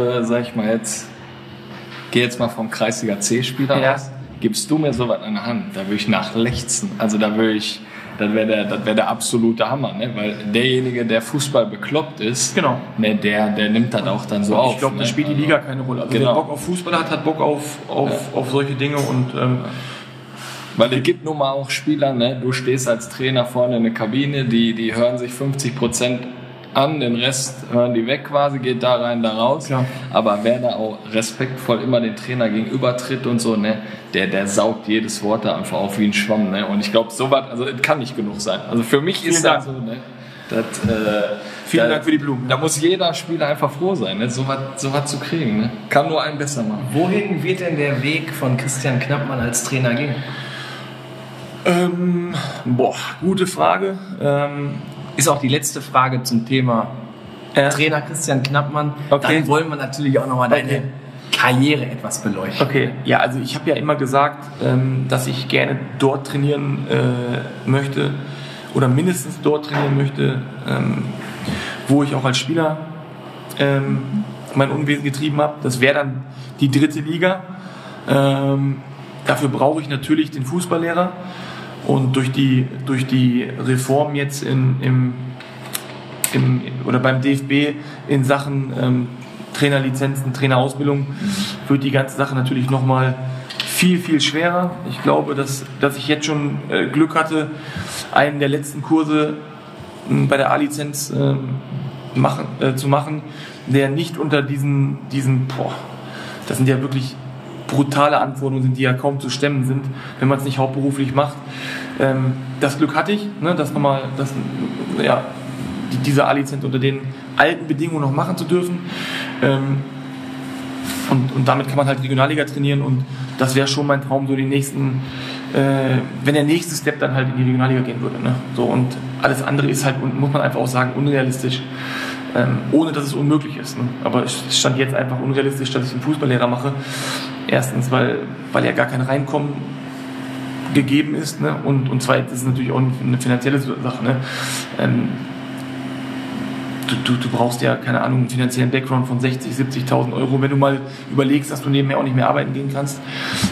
[SPEAKER 2] gehe jetzt mal vom Kreisliga C-Spieler aus, gibst du mir sowas an der Hand, da würde ich nachlechzen. Also das wäre der absolute Hammer, ne? Weil derjenige, der Fußball bekloppt ist,
[SPEAKER 4] genau,
[SPEAKER 2] ne, der nimmt das auch dann so auf.
[SPEAKER 4] Ich glaube, da spielt die Liga keine Rolle. Also wer Bock auf Fußball hat Bock auf solche Dinge und
[SPEAKER 2] weil es gibt nun mal auch Spieler, ne? Du stehst als Trainer vorne in der Kabine, die hören sich 50% an, den Rest hören die weg quasi, geht da rein, da raus. Klar. Aber wer da auch respektvoll immer den Trainer gegenüber tritt und so, ne, der saugt jedes Wort da einfach auf wie ein Schwamm, ne? Und ich glaube, sowas, also es kann nicht genug sein. Also für mich ist das so, ne?
[SPEAKER 4] Vielen Dank für die Blumen.
[SPEAKER 2] Da muss jeder Spieler einfach froh sein, ne? Sowas zu kriegen, ne? Kann nur einen besser machen.
[SPEAKER 3] Wohin wird denn der Weg von Christian Knappmann als Trainer gehen?
[SPEAKER 4] Gute Frage.
[SPEAKER 3] Ist auch die letzte Frage zum Thema Trainer Christian Knappmann.
[SPEAKER 4] Okay.
[SPEAKER 3] Dann wollen wir natürlich auch nochmal deine Karriere etwas beleuchten.
[SPEAKER 4] Okay, ja, also ich habe ja immer gesagt, dass ich gerne dort trainieren möchte oder mindestens dort trainieren möchte, wo ich auch als Spieler mein Unwesen getrieben habe. Das wäre dann die 3. Liga. Dafür brauche ich natürlich den Fußballlehrer. Und durch die Reform jetzt beim DFB in Sachen Trainerlizenzen, Trainerausbildung wird die ganze Sache natürlich nochmal viel, viel schwerer. Ich glaube, dass ich jetzt schon Glück hatte, einen der letzten Kurse bei der A-Lizenz zu machen, der nicht unter diesen das sind ja wirklich brutale Anforderungen sind, die ja kaum zu stemmen sind, wenn man es nicht hauptberuflich macht. Das Glück hatte ich, ne, diese A-Lizenz unter den alten Bedingungen noch machen zu dürfen. Und damit kann man halt Regionalliga trainieren und das wäre schon mein Traum, so die nächsten, wenn der nächste Step dann halt in die Regionalliga gehen würde. Ne? So, und alles andere ist halt, muss man einfach auch sagen, unrealistisch. Ohne dass es unmöglich ist. Ne? Aber es stand jetzt einfach unrealistisch, dass ich einen Fußballlehrer mache. Erstens, weil ja gar kein Reinkommen gegeben ist. Ne? Und zweitens ist es natürlich auch eine finanzielle Sache. Ne? Du brauchst ja, keine Ahnung, einen finanziellen Background von 60.000, 70.000 Euro, wenn du mal überlegst, dass du nebenher auch nicht mehr arbeiten gehen kannst.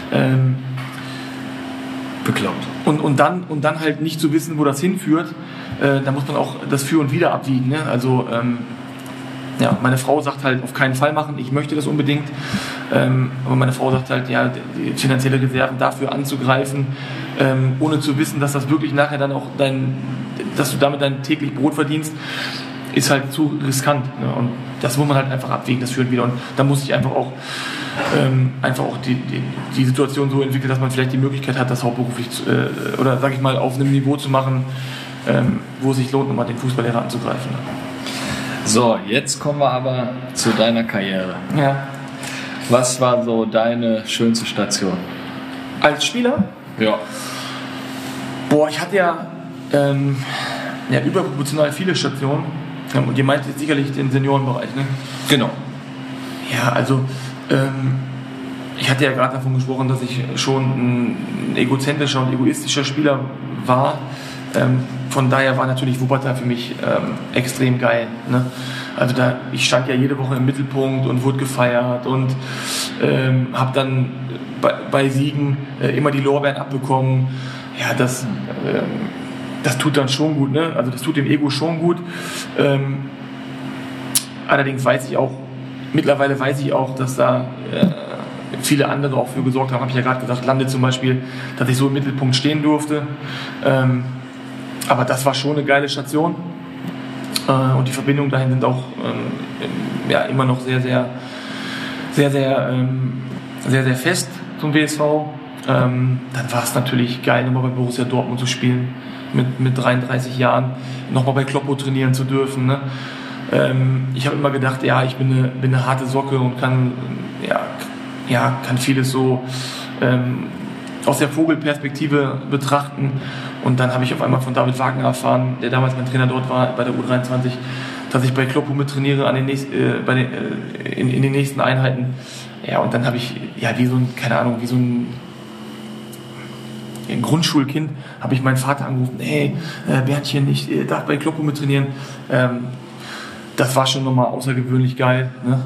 [SPEAKER 3] Bekloppt.
[SPEAKER 4] Und dann halt nicht zu wissen, wo das hinführt, da muss man auch das Für und Wider abwiegen. Ne? Also meine Frau sagt halt, auf keinen Fall machen, ich möchte das unbedingt. Aber meine Frau sagt halt, ja, die finanzielle Reserven dafür anzugreifen, ohne zu wissen, dass das wirklich nachher dann auch dass du damit dein täglich Brot verdienst, ist halt zu riskant. Ne? Und das muss man halt einfach abwägen, das Für und Wider. Und da muss ich einfach auch die Situation so entwickeln, dass man vielleicht die Möglichkeit hat, das hauptberuflich oder sag ich mal auf einem Niveau zu machen, wo es sich lohnt, nochmal den Fußballlehrer anzugreifen.
[SPEAKER 2] So, jetzt kommen wir aber zu deiner Karriere.
[SPEAKER 4] Ja.
[SPEAKER 2] Was war so deine schönste Station?
[SPEAKER 4] Als Spieler?
[SPEAKER 2] Ja.
[SPEAKER 4] Boah, ich hatte ja überproportional viele Stationen. Und ihr meint jetzt sicherlich den Seniorenbereich, ne?
[SPEAKER 2] Genau.
[SPEAKER 4] Ja, also ich hatte ja gerade davon gesprochen, dass ich schon ein egozentrischer und egoistischer Spieler war. Von daher war natürlich Wuppertal für mich extrem geil. Ne? Also ich stand ja jede Woche im Mittelpunkt und wurde gefeiert und habe dann bei Siegen immer die Lorbeeren abbekommen. Ja, das tut dann schon gut, ne? Also das tut dem Ego schon gut. Allerdings mittlerweile weiß ich auch, dass da viele andere auch für gesorgt haben, habe ich ja gerade gesagt, Lande zum Beispiel, dass ich so im Mittelpunkt stehen durfte. Aber das war schon eine geile Station. Und die Verbindungen dahin sind auch immer noch sehr, sehr, sehr, sehr, sehr, sehr fest zum WSV. Dann war es natürlich geil, nochmal bei Borussia Dortmund zu spielen, mit 33 Jahren, nochmal bei Kloppo trainieren zu dürfen. Ne? Ich habe immer gedacht, ja, ich bin eine harte Socke und kann vieles so aus der Vogelperspektive betrachten. Und dann habe ich auf einmal von David Wagner erfahren, der damals mein Trainer dort war, bei der U23, dass ich bei Kloppo mit trainiere in den nächsten Einheiten. Ja, und dann habe ich, wie so ein Grundschulkind, habe ich meinen Vater angerufen, hey, Berndchen, ich darf bei Kloppo mit trainieren. Das war schon nochmal außergewöhnlich geil. Ne?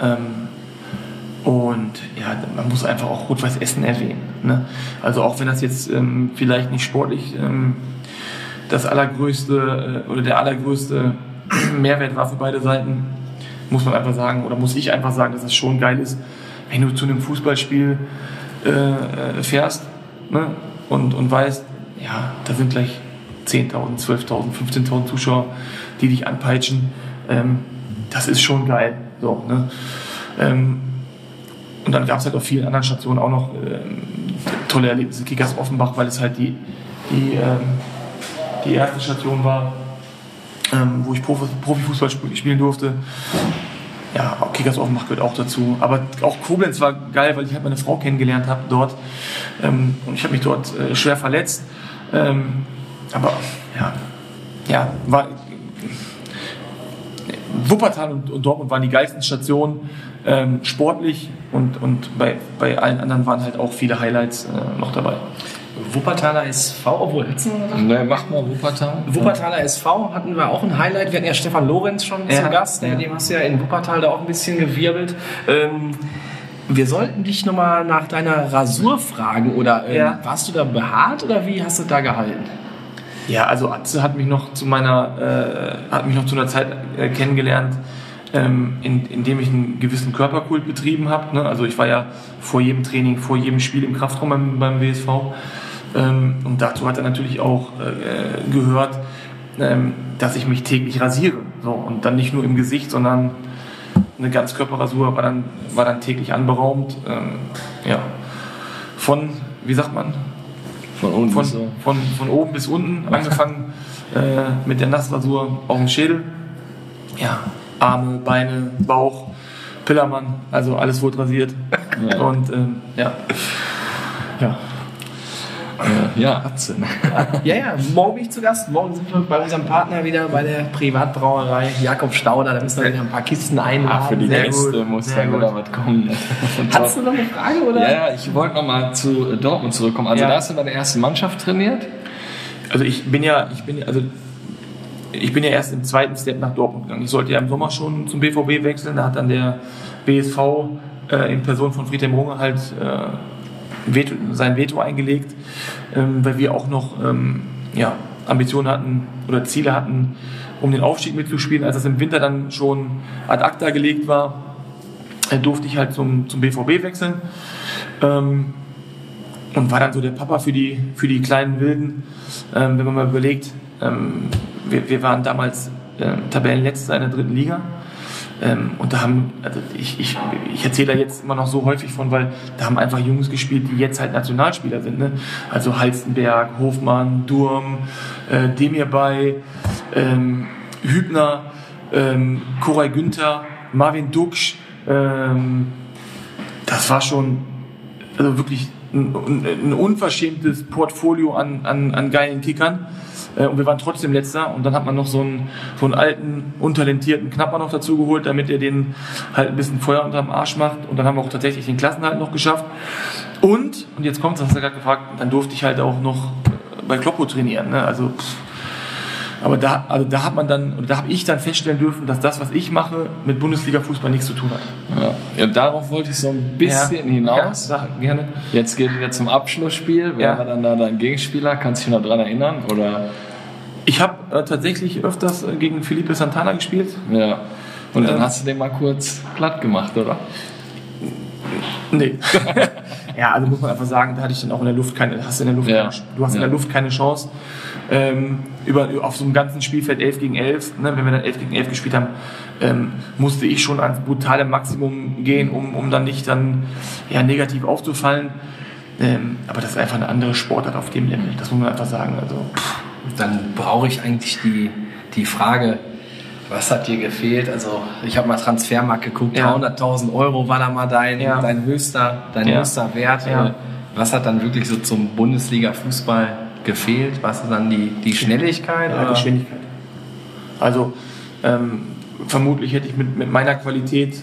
[SPEAKER 4] Und ja, man muss einfach auch Rot-Weiß Essen erwähnen. Ne? Also auch wenn das jetzt vielleicht nicht sportlich das allergrößte oder der allergrößte Mehrwert war für beide Seiten, muss ich einfach sagen, dass es schon geil ist, wenn du zu einem Fußballspiel fährst, ne? und weißt, ja, da sind gleich 10.000, 12.000, 15.000 Zuschauer, die dich anpeitschen. Das ist schon geil. So, ne? Und dann gab es halt auf vielen anderen Stationen auch noch tolle Erlebnisse. Kickers Offenbach, weil es halt die erste Station war, wo ich Profifußball spielen durfte. Ja, auch Kickers Offenbach gehört auch dazu. Aber auch Koblenz war geil, weil ich halt meine Frau kennengelernt habe dort. Und ich habe mich dort schwer verletzt. Aber war Wuppertal und Dortmund waren die geilsten Stationen, sportlich und bei allen anderen waren halt auch viele Highlights noch dabei.
[SPEAKER 3] Wuppertaler SV, obwohl hätten wir noch?
[SPEAKER 2] Ne, mach mal Wuppertal.
[SPEAKER 3] Wuppertaler SV hatten wir auch ein Highlight. Wir hatten ja Stefan Lorenz schon zum Gast. Ja. Dem hast du ja in Wuppertal da auch ein bisschen gewirbelt. Wir sollten dich nochmal nach deiner Rasur fragen. Oder warst du da behaart oder wie hast du da gehalten?
[SPEAKER 4] Ja, also Atze hat mich noch zu einer Zeit kennengelernt, indem ich einen gewissen Körperkult betrieben habe. Ne? Also ich war ja vor jedem Training, vor jedem Spiel im Kraftraum beim WSV. Und dazu hat er natürlich auch gehört, dass ich mich täglich rasiere. So, und dann nicht nur im Gesicht, sondern eine Ganzkörperrasur war dann täglich anberaumt. Von, wie sagt man? Von oben bis unten, angefangen mit der Nassrasur auf dem Schädel. Ja, Arme, Beine, Bauch, Pillermann, also alles wurde rasiert. Ja. Und
[SPEAKER 2] Atze.
[SPEAKER 3] Ja, morgen bin ich zu Gast. Morgen sind wir bei unserem Partner wieder bei der Privatbrauerei Jakob Stauder. Da müssen wir wieder ein paar Kisten einladen.
[SPEAKER 2] Für die Gäste muss dann wieder was kommen.
[SPEAKER 3] Hast du noch eine Frage? Oder?
[SPEAKER 2] Ja, ich wollte noch mal zu Dortmund zurückkommen. Also da hast du bei der ersten Mannschaft trainiert?
[SPEAKER 4] Also ich bin ja erst im zweiten Step nach Dortmund gegangen. Ich sollte ja im Sommer schon zum BVB wechseln. Da hat dann der BSV in Person von Friedhelm Runge halt sein Veto eingelegt, weil wir auch noch Ambitionen hatten oder Ziele hatten, um den Aufstieg mitzuspielen. Als das im Winter dann schon ad acta gelegt war, durfte ich halt zum BVB wechseln und war dann so der Papa für die kleinen Wilden. Wenn man mal überlegt, wir waren damals Tabellenletzter in der 3. Liga Und da haben, also ich erzähle da jetzt immer noch so häufig von, weil da haben einfach Jungs gespielt, die jetzt halt Nationalspieler sind. Ne? Also Halstenberg, Hofmann, Durm, Demirbay, Hübner, Koray Günther, Marvin Duksch. Das war schon also wirklich ein unverschämtes Portfolio an geilen Kickern. Und wir waren trotzdem Letzter. Und dann hat man noch so einen alten, untalentierten Knapper noch dazu geholt, damit er den halt ein bisschen Feuer unterm Arsch macht. Und dann haben wir auch tatsächlich den Klassenerhalt noch geschafft. Und jetzt kommt's, das hast du gerade gefragt, dann durfte ich halt auch noch bei Kloppo trainieren. Ne? Aber da habe ich dann feststellen dürfen, dass das, was ich mache, mit Bundesliga-Fußball nichts zu tun hat.
[SPEAKER 2] Ja, darauf wollte ich so ein bisschen hinaus.
[SPEAKER 4] Ja, gerne.
[SPEAKER 2] Jetzt gehen wir zum Abschlussspiel. Wer war dann da dein Gegenspieler? Kannst du dich noch dran erinnern? Oder?
[SPEAKER 4] Ich habe tatsächlich öfters gegen Felipe Santana gespielt.
[SPEAKER 2] Ja. Und dann hast du den mal kurz platt gemacht, oder?
[SPEAKER 4] Nee. Ja, also muss man einfach sagen, da hatte ich dann auch in der Luft keine Chance. Auf so einem ganzen Spielfeld 11 gegen 11, ne, wenn wir dann 11 gegen 11 gespielt haben, musste ich schon ans brutale Maximum gehen, um dann nicht negativ aufzufallen. Aber das ist einfach eine andere Sportart auf dem Level, das muss man einfach sagen. Also,
[SPEAKER 3] dann brauche ich eigentlich die Frage, was hat dir gefehlt? Also ich habe mal Transfermarkt geguckt, 300.000 Euro war da mal dein höchster Wert. Ja. Was hat dann wirklich so zum Bundesliga-Fußball gefehlt? Was ist dann die Schnelligkeit?
[SPEAKER 4] Ja, die Schnelligkeit. Also vermutlich hätte ich mit meiner Qualität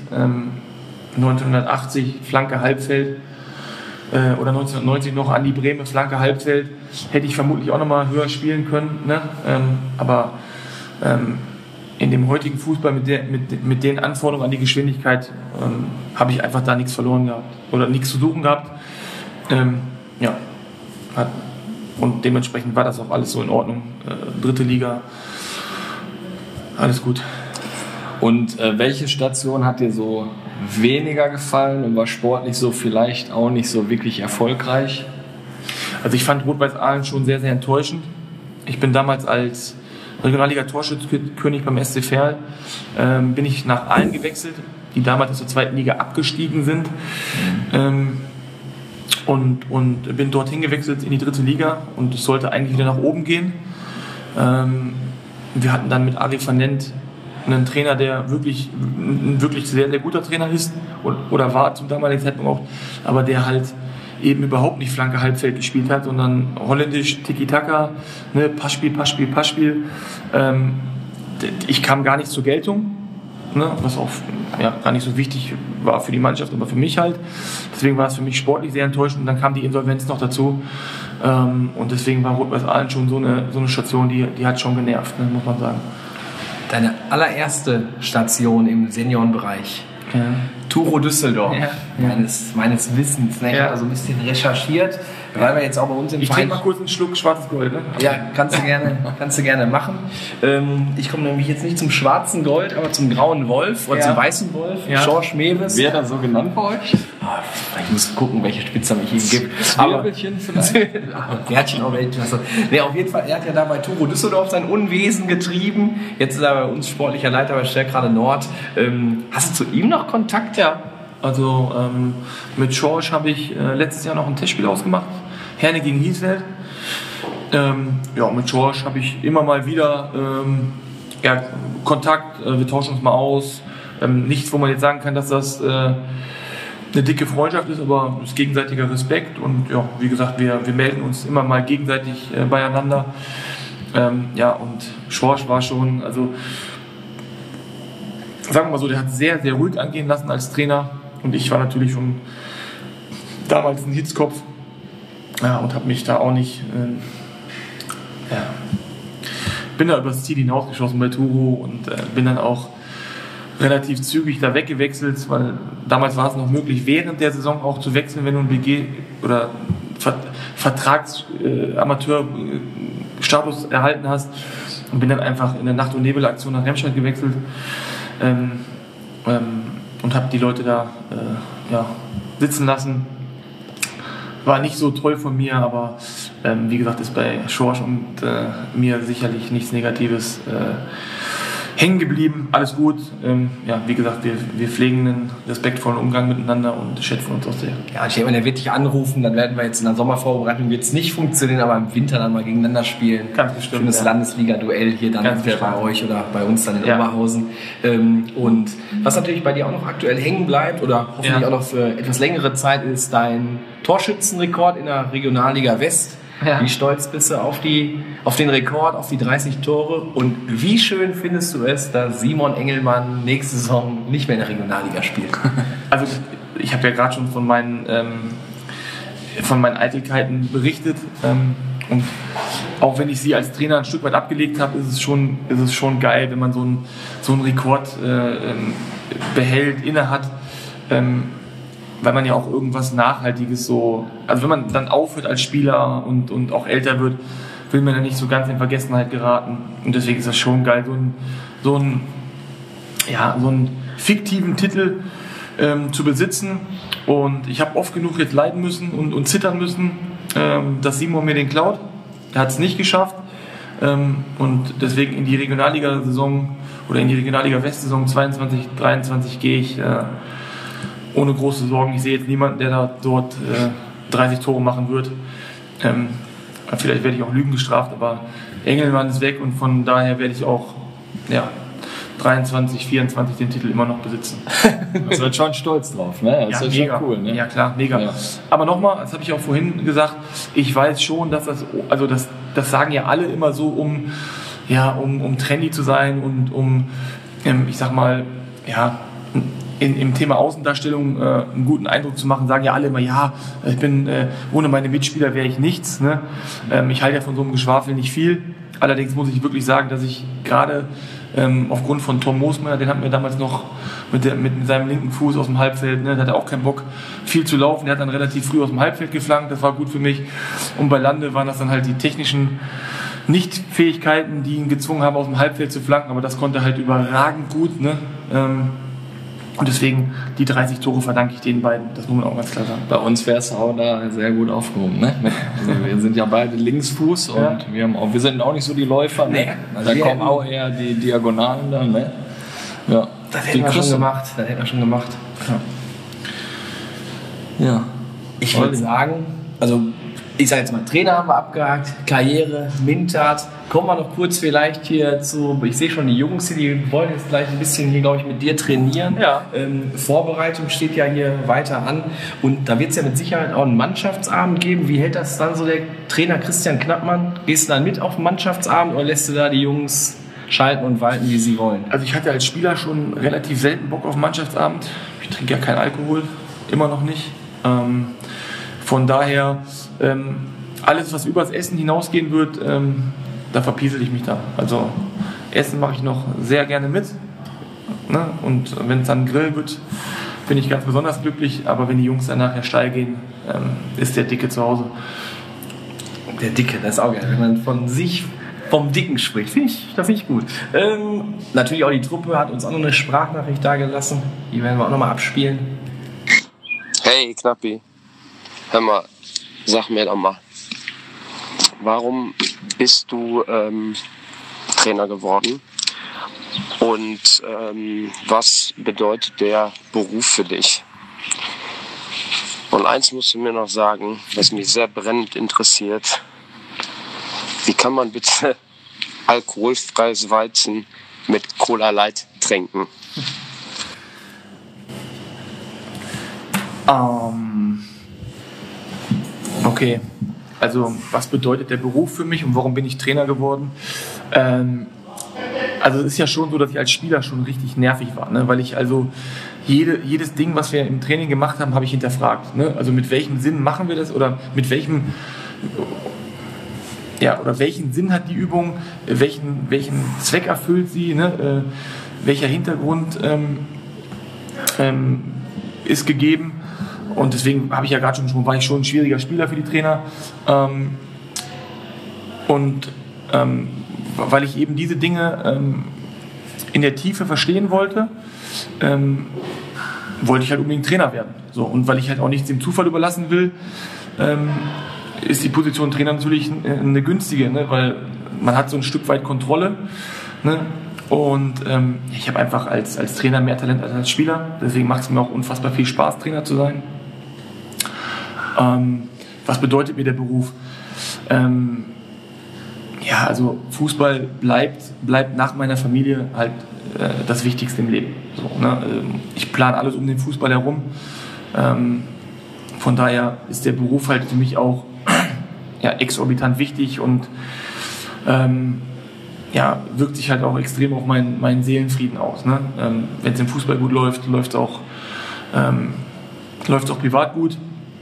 [SPEAKER 4] 1980 Flanke Halbfeld oder 1990 noch Andi Brehme Flanke Halbfeld, hätte ich vermutlich auch nochmal höher spielen können. Ne? Aber in dem heutigen Fußball mit den Anforderungen an die Geschwindigkeit habe ich einfach da nichts verloren gehabt oder nichts zu suchen gehabt. Und dementsprechend war das auch alles so in Ordnung. 3. Liga, alles gut.
[SPEAKER 2] Und welche Station hat dir so weniger gefallen und war sportlich so vielleicht auch nicht so wirklich erfolgreich?
[SPEAKER 4] Also ich fand Rot-Weiß Aalen schon sehr, sehr enttäuschend. Ich bin damals als Regionalliga-Torschützenkönig beim SC Verl bin ich nach Aalen gewechselt, die damals aus der 2. Liga abgestiegen sind. Und bin dorthin gewechselt in die 3. Liga und es sollte eigentlich wieder nach oben gehen. Wir hatten dann mit Ari van Lent einen Trainer, der ein wirklich sehr, sehr guter Trainer ist oder war zum damaligen Zeitpunkt auch, aber der halt eben überhaupt nicht Flanke Halbfeld gespielt hat, sondern holländisch Tiki-Taka, ne, Passspiel. Ich kam gar nicht zur Geltung, ne, was auch gar nicht so wichtig war für die Mannschaft, aber für mich halt. Deswegen war es für mich sportlich sehr enttäuschend und dann kam die Insolvenz noch dazu. Und deswegen war Rot-Weiß Aalen schon so eine Station, die hat schon genervt, ne, muss man sagen.
[SPEAKER 3] Deine allererste Station im Seniorenbereich.
[SPEAKER 4] Ja.
[SPEAKER 3] Turo Düsseldorf, meines Wissens. Ne? Ich habe so ein bisschen recherchiert, weil wir jetzt auch bei uns im
[SPEAKER 4] Ich trinke mal kurz einen Schluck schwarzes Gold. Ne?
[SPEAKER 3] Ja, kannst du gerne machen. Ich komme nämlich jetzt nicht zum schwarzen Gold, aber zum grauen Wolf oder zum weißen Wolf.
[SPEAKER 4] Ja.
[SPEAKER 3] George Mewes.
[SPEAKER 2] Wer da so genannt bei euch?
[SPEAKER 3] Ich muss gucken, welche Spitznamen ich ihm gebe.
[SPEAKER 2] Zwirbelchen vielleicht?
[SPEAKER 3] Bärtchen auch Weltklasse. Nee, auf jeden Fall, er hat ja da bei Turo Düsseldorf sein Unwesen getrieben. Jetzt ist er bei uns sportlicher Leiter bei Stärkrade Nord. Hast du zu ihm noch Kontakt?
[SPEAKER 4] Ja, also mit George habe ich letztes Jahr noch ein Testspiel ausgemacht. Herne gegen Hiesfeld. Mit George habe ich immer mal wieder Kontakt. Wir tauschen uns mal aus. Nichts, wo man jetzt sagen kann, dass das eine dicke Freundschaft ist, aber es ist gegenseitiger Respekt und ja, wie gesagt, wir melden uns immer mal gegenseitig beieinander. Und Schorsch war schon, also sagen wir mal so, der hat sehr, sehr ruhig angehen lassen als Trainer und ich war natürlich schon damals ein Hitzkopf und habe mich da auch nicht bin da übers Ziel hinausgeschossen bei Turo und bin dann auch relativ zügig da weggewechselt, weil damals war es noch möglich, während der Saison auch zu wechseln, wenn du einen BG oder Vertrags-Amateur-Status erhalten hast und bin dann einfach in der Nacht- und Nebelaktion nach Remscheid gewechselt und habe die Leute da sitzen lassen. War nicht so toll von mir, aber wie gesagt, ist bei Schorsch und mir sicherlich nichts Negatives hängen geblieben, alles gut. Ja, wie gesagt, wir pflegen einen respektvollen Umgang miteinander und schätzen uns auch sehr.
[SPEAKER 3] Ja, ich denke mal, der wird dich anrufen, dann werden wir jetzt in der Sommervorbereitung wird's nicht funktionieren, aber im Winter dann mal gegeneinander spielen.
[SPEAKER 4] Ganz bestimmt.
[SPEAKER 3] Schönes Landesliga-Duell hier dann entweder bei euch oder bei uns dann in Oberhausen. Und was natürlich bei dir auch noch aktuell hängen bleibt oder hoffentlich auch noch für etwas längere Zeit ist dein Torschützenrekord in der Regionalliga West. Ja. Wie stolz bist du auf den Rekord, auf die 30 Tore? Und wie schön findest du es, dass Simon Engelmann nächste Saison nicht mehr in der Regionalliga spielt?
[SPEAKER 4] Also ich habe ja gerade schon von meinen Eitelkeiten berichtet. Und auch wenn ich sie als Trainer ein Stück weit abgelegt habe, ist es schon geil, wenn man so einen Rekord behält, innehat. Weil man ja auch irgendwas Nachhaltiges so, also wenn man dann aufhört als Spieler und auch älter wird, will man ja nicht so ganz in Vergessenheit geraten. Und deswegen ist das schon geil, so einen fiktiven Titel zu besitzen. Und ich habe oft genug jetzt leiden müssen und zittern müssen, dass Simon mir den klaut. Er hat es nicht geschafft. Und deswegen in die Regionalliga-Saison oder in die Regionalliga-West-Saison 22/23 gehe ich ohne große Sorgen. Ich sehe jetzt niemanden, der dort 30 Tore machen wird. Vielleicht werde ich auch Lügen gestraft, aber Engelmann ist weg und von daher werde ich auch 23, 24 den Titel immer noch besitzen.
[SPEAKER 2] Das wird schon stolz drauf, ne? Das ist
[SPEAKER 4] mega.
[SPEAKER 2] Schon cool, ne?
[SPEAKER 4] Ja klar, mega. Ja. Aber nochmal, das habe ich auch vorhin gesagt, ich weiß schon, dass das sagen ja alle immer so, um trendy zu sein und um, ich sag mal, im Thema Außendarstellung einen guten Eindruck zu machen, sagen ja alle immer, ich bin, ohne meine Mitspieler wäre ich nichts. Ne? Ich halte ja von so einem Geschwafel nicht viel. Allerdings muss ich wirklich sagen, dass ich gerade aufgrund von Tom Moosmeier, den hatten wir damals noch mit seinem linken Fuß aus dem Halbfeld, ne, der hatte auch keinen Bock viel zu laufen, der hat dann relativ früh aus dem Halbfeld geflankt, das war gut für mich. Und bei Lande waren das dann halt die technischen Nichtfähigkeiten, die ihn gezwungen haben, aus dem Halbfeld zu flanken, aber das konnte er halt überragend gut. Ne? Und deswegen die 30 Tore verdanke ich den beiden, das muss man auch ganz klar sagen.
[SPEAKER 2] Bei uns wäre es auch da sehr gut aufgehoben. Ne? Also wir sind ja beide Linksfuß und wir sind auch nicht so die Läufer. Ne?
[SPEAKER 3] Nee.
[SPEAKER 2] Also da kommen auch eher die Diagonalen dann. Ne? Ja.
[SPEAKER 3] Das hätten wir schon gemacht.
[SPEAKER 2] Ja.
[SPEAKER 3] Ich würde sagen, also ich sage jetzt mal, Trainer haben wir abgehakt, Karriere, Mintat. Kommen wir noch kurz vielleicht hier zu, ich sehe schon die Jungs hier, die wollen jetzt gleich ein bisschen hier, glaube ich, mit dir trainieren. Ja. Vorbereitung steht ja hier weiter an und da wird es ja mit Sicherheit auch einen Mannschaftsabend geben. Wie hält das dann so der Trainer Christian Knappmann? Gehst du dann mit auf den Mannschaftsabend oder lässt du da die Jungs schalten und walten, wie sie wollen?
[SPEAKER 4] Also ich hatte als Spieler schon relativ selten Bock auf den Mannschaftsabend. Ich trinke ja keinen Alkohol, immer noch nicht. Von daher, alles, was übers Essen hinausgehen wird, da verpiesel ich mich da. Also Essen mache ich noch sehr gerne mit. Ne? Und wenn es dann Grill wird, bin ich ganz besonders glücklich. Aber wenn die Jungs dann nachher steil gehen, ist der Dicke zu Hause.
[SPEAKER 3] Der Dicke, das ist auch geil. Wenn man vom Dicken spricht, das finde ich gut. Natürlich auch die Truppe hat uns auch noch eine Sprachnachricht da gelassen. Die werden wir auch nochmal abspielen.
[SPEAKER 7] Hey Knappi, hör mal, sag mir doch mal, warum bist du Trainer geworden und was bedeutet der Beruf für dich? Und eins musst du mir noch sagen, was mich sehr brennend interessiert: Wie kann man bitte alkoholfreies Weizen mit Cola Light trinken?
[SPEAKER 4] Okay, also was bedeutet der Beruf für mich und warum bin ich Trainer geworden? Also es ist ja schon so, dass ich als Spieler schon richtig nervig war, ne? Weil ich also jedes Ding, was wir im Training gemacht haben, habe ich hinterfragt. Ne? Also mit welchem Sinn machen wir das oder mit welchem oder welchen Sinn hat die Übung, welchen Zweck erfüllt sie, ne? Welcher Hintergrund ist gegeben. Und deswegen habe ich ja gerade schon war ich schon ein schwieriger Spieler für die Trainer. Weil ich eben diese Dinge in der Tiefe verstehen wollte, wollte ich halt unbedingt Trainer werden. So, und weil ich halt auch nichts dem Zufall überlassen will, ist die Position Trainer natürlich eine günstige, ne? Weil man hat so ein Stück weit Kontrolle, ne? Und ich habe einfach als Trainer mehr Talent als als Spieler. Deswegen macht es mir auch unfassbar viel Spaß, Trainer zu sein. Was bedeutet mir der Beruf? Ja, also Fußball bleibt nach meiner Familie halt das Wichtigste im Leben. So, ne? Ich plane alles um den Fußball herum. Von daher ist der Beruf halt für mich auch ja, exorbitant wichtig und ja, wirkt sich halt auch extrem auf meinen Seelenfrieden aus. Ne? Wenn es im Fußball gut läuft, läuft es auch privat gut.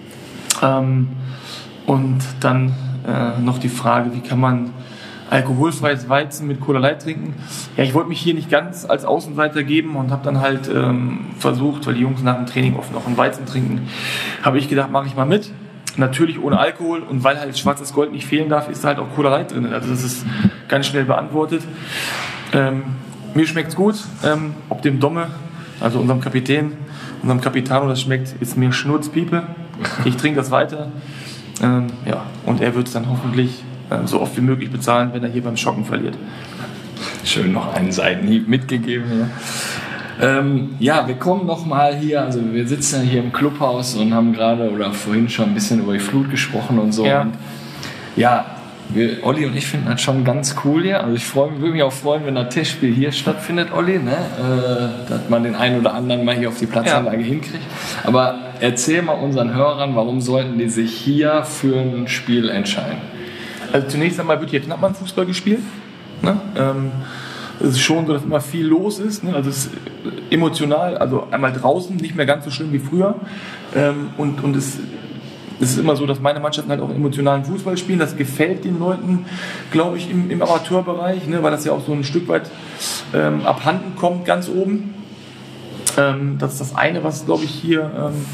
[SPEAKER 4] Und dann noch die Frage, wie kann man alkoholfreies Weizen mit Cola Light trinken? Ja, ich wollte mich hier nicht ganz als Außenseiter geben und habe dann halt versucht, weil die Jungs nach dem Training oft noch ein Weizen trinken, habe ich gedacht, mache ich mal mit. Natürlich ohne Alkohol und weil halt schwarzes Gold nicht fehlen darf, ist halt auch Cola Light drin. Also das ist ganz schnell beantwortet. Mir schmeckt's gut. Ob dem Domme, also unserem Kapitän, unserem Capitano das schmeckt, ist mir Schnurzpiepe. Ich trinke das weiter. Ja, und er wird es dann hoffentlich so oft wie möglich bezahlen, wenn er hier beim Schocken verliert.
[SPEAKER 2] Schön noch einen Seitenhieb mitgegeben hier. Ja, wir kommen nochmal hier, also wir sitzen ja hier im Clubhaus und haben gerade oder vorhin schon ein bisschen über die Flut gesprochen und so.
[SPEAKER 4] Ja.
[SPEAKER 2] Und ja, Olli und ich finden das schon ganz cool hier. Also ich würde mich auch freuen, wenn das Testspiel hier stattfindet, Olli, ne? Dass man den einen oder anderen mal hier auf die Platzanlage hinkriegt. Aber erzähl mal unseren Hörern, warum sollten die sich hier für ein Spiel entscheiden?
[SPEAKER 4] Also zunächst einmal wird hier Knappmann-Fußball gespielt. Ne? Es ist schon so, dass immer viel los ist. Ne? Also es ist emotional, also einmal draußen, nicht mehr ganz so schlimm wie früher. Und es ist immer so, dass meine Mannschaften halt auch emotionalen Fußball spielen. Das gefällt den Leuten, glaube ich, im Amateurbereich, ne? Weil das ja auch so ein Stück weit abhanden kommt, ganz oben. Das ist das eine, was, glaube ich, hier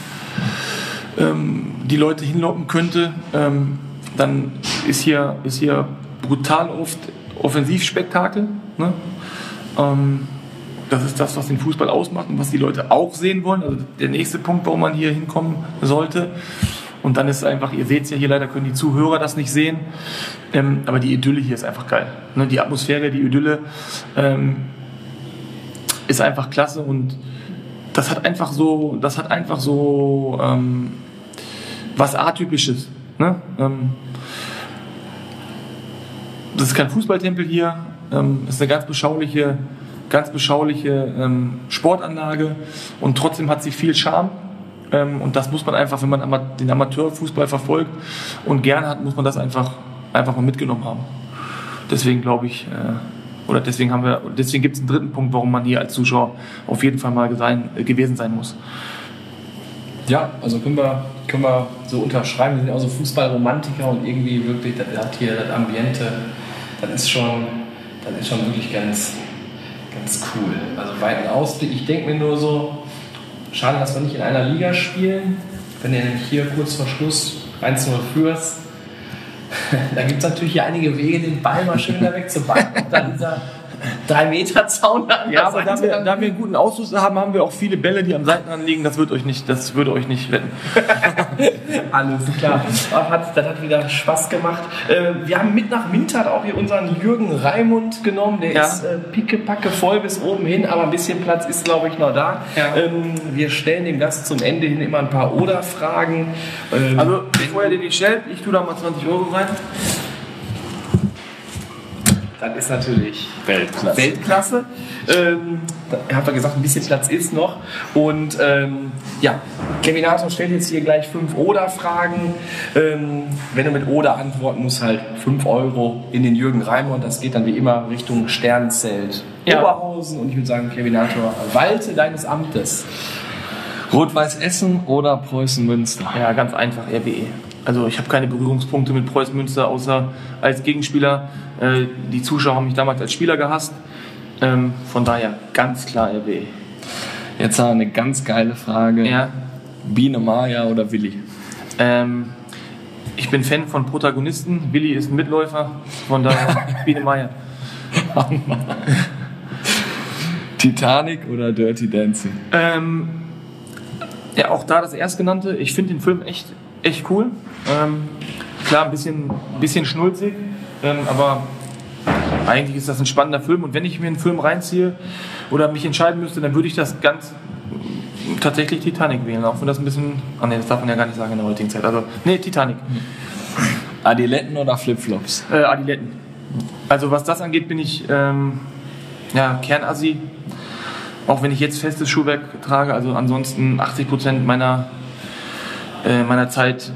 [SPEAKER 4] die Leute hinlocken könnte. Dann ist hier brutal oft Offensivspektakel. Ne? Das ist das, was den Fußball ausmacht und was die Leute auch sehen wollen. Also der nächste Punkt, warum man hier hinkommen sollte. Und dann ist es einfach, ihr seht es ja hier, leider können die Zuhörer das nicht sehen, aber die Idylle hier ist einfach geil. Ne? Die Atmosphäre, die Idylle ist einfach klasse und das hat einfach so was Atypisches. Ne? Das ist kein Fußballtempel hier, das ist eine ganz beschauliche Sportanlage und trotzdem hat sie viel Charme. Und das muss man einfach, wenn man den Amateurfußball verfolgt und gerne hat, muss man das einfach mal mitgenommen haben. Deswegen glaube ich, deswegen gibt es einen dritten Punkt, warum man hier als Zuschauer auf jeden Fall mal gewesen sein muss.
[SPEAKER 3] Ja, also können wir so unterschreiben. Wir sind auch so Fußballromantiker und irgendwie wirklich, das hat hier das Ambiente, das ist schon wirklich ganz, ganz cool. Also weiten Ausblick. Ich denke mir nur so, schade, dass wir nicht in einer Liga spielen. Wenn ihr nämlich hier kurz vor Schluss 1-0 führst, dann gibt es natürlich hier einige Wege, den Ball mal schön da wegzubacken. Und dann dieser 3-Meter-Zaun.
[SPEAKER 4] Ja, aber da wir einen guten Ausschuss haben, haben wir auch viele Bälle, die am Seitenrand liegen. Das würde euch nicht retten.
[SPEAKER 3] Alles klar. Das hat wieder Spaß gemacht. Wir haben mit nach Mintert auch hier unseren Jürgen Raimund genommen. Der ist pickepacke voll bis oben hin, aber ein bisschen Platz ist, glaube ich, noch da. Ja. Wir stellen dem Gast zum Ende hin immer ein paar Oder-Fragen.
[SPEAKER 4] Also, bevor er dir die stellt, ich tue da mal 20 Euro rein.
[SPEAKER 3] Das ist natürlich
[SPEAKER 2] Weltklasse.
[SPEAKER 3] Da hat er gesagt, ein bisschen Platz ist noch. Und Kevinator stellt jetzt hier gleich 5 Oder-Fragen. Wenn du mit Oder antworten musst, halt 5 Euro in den Jürgen Raimund. Das geht dann wie immer Richtung Sternzelt Oberhausen. Und ich würde sagen, Kevinator, walte deines Amtes.
[SPEAKER 2] Rot-Weiß Essen oder Preußen Münster?
[SPEAKER 4] Ja, ganz einfach, RWE. Also ich habe keine Berührungspunkte mit Preußen Münster, außer als Gegenspieler. Die Zuschauer haben mich damals als Spieler gehasst. Von daher ganz klar RWE.
[SPEAKER 2] Jetzt haben wir eine ganz geile Frage.
[SPEAKER 4] Ja.
[SPEAKER 2] Biene Maya oder Willi?
[SPEAKER 4] Ich bin Fan von Protagonisten. Willi ist ein Mitläufer. Von daher Biene Maya.
[SPEAKER 2] Titanic oder Dirty Dancing?
[SPEAKER 4] Ja, auch da das Erstgenannte. Ich finde den Film echt cool. Klar, ein bisschen schnulzig, aber eigentlich ist das ein spannender Film und wenn ich mir einen Film reinziehe oder mich entscheiden müsste, dann würde ich das ganz tatsächlich Titanic wählen, auch wenn das ein bisschen, das darf man ja gar nicht sagen in der heutigen Zeit, also Titanic.
[SPEAKER 2] Adiletten oder Flipflops?
[SPEAKER 4] Adiletten. Also was das angeht, bin ich Kernassi, auch wenn ich jetzt festes Schuhwerk trage, also ansonsten 80% meiner Zeit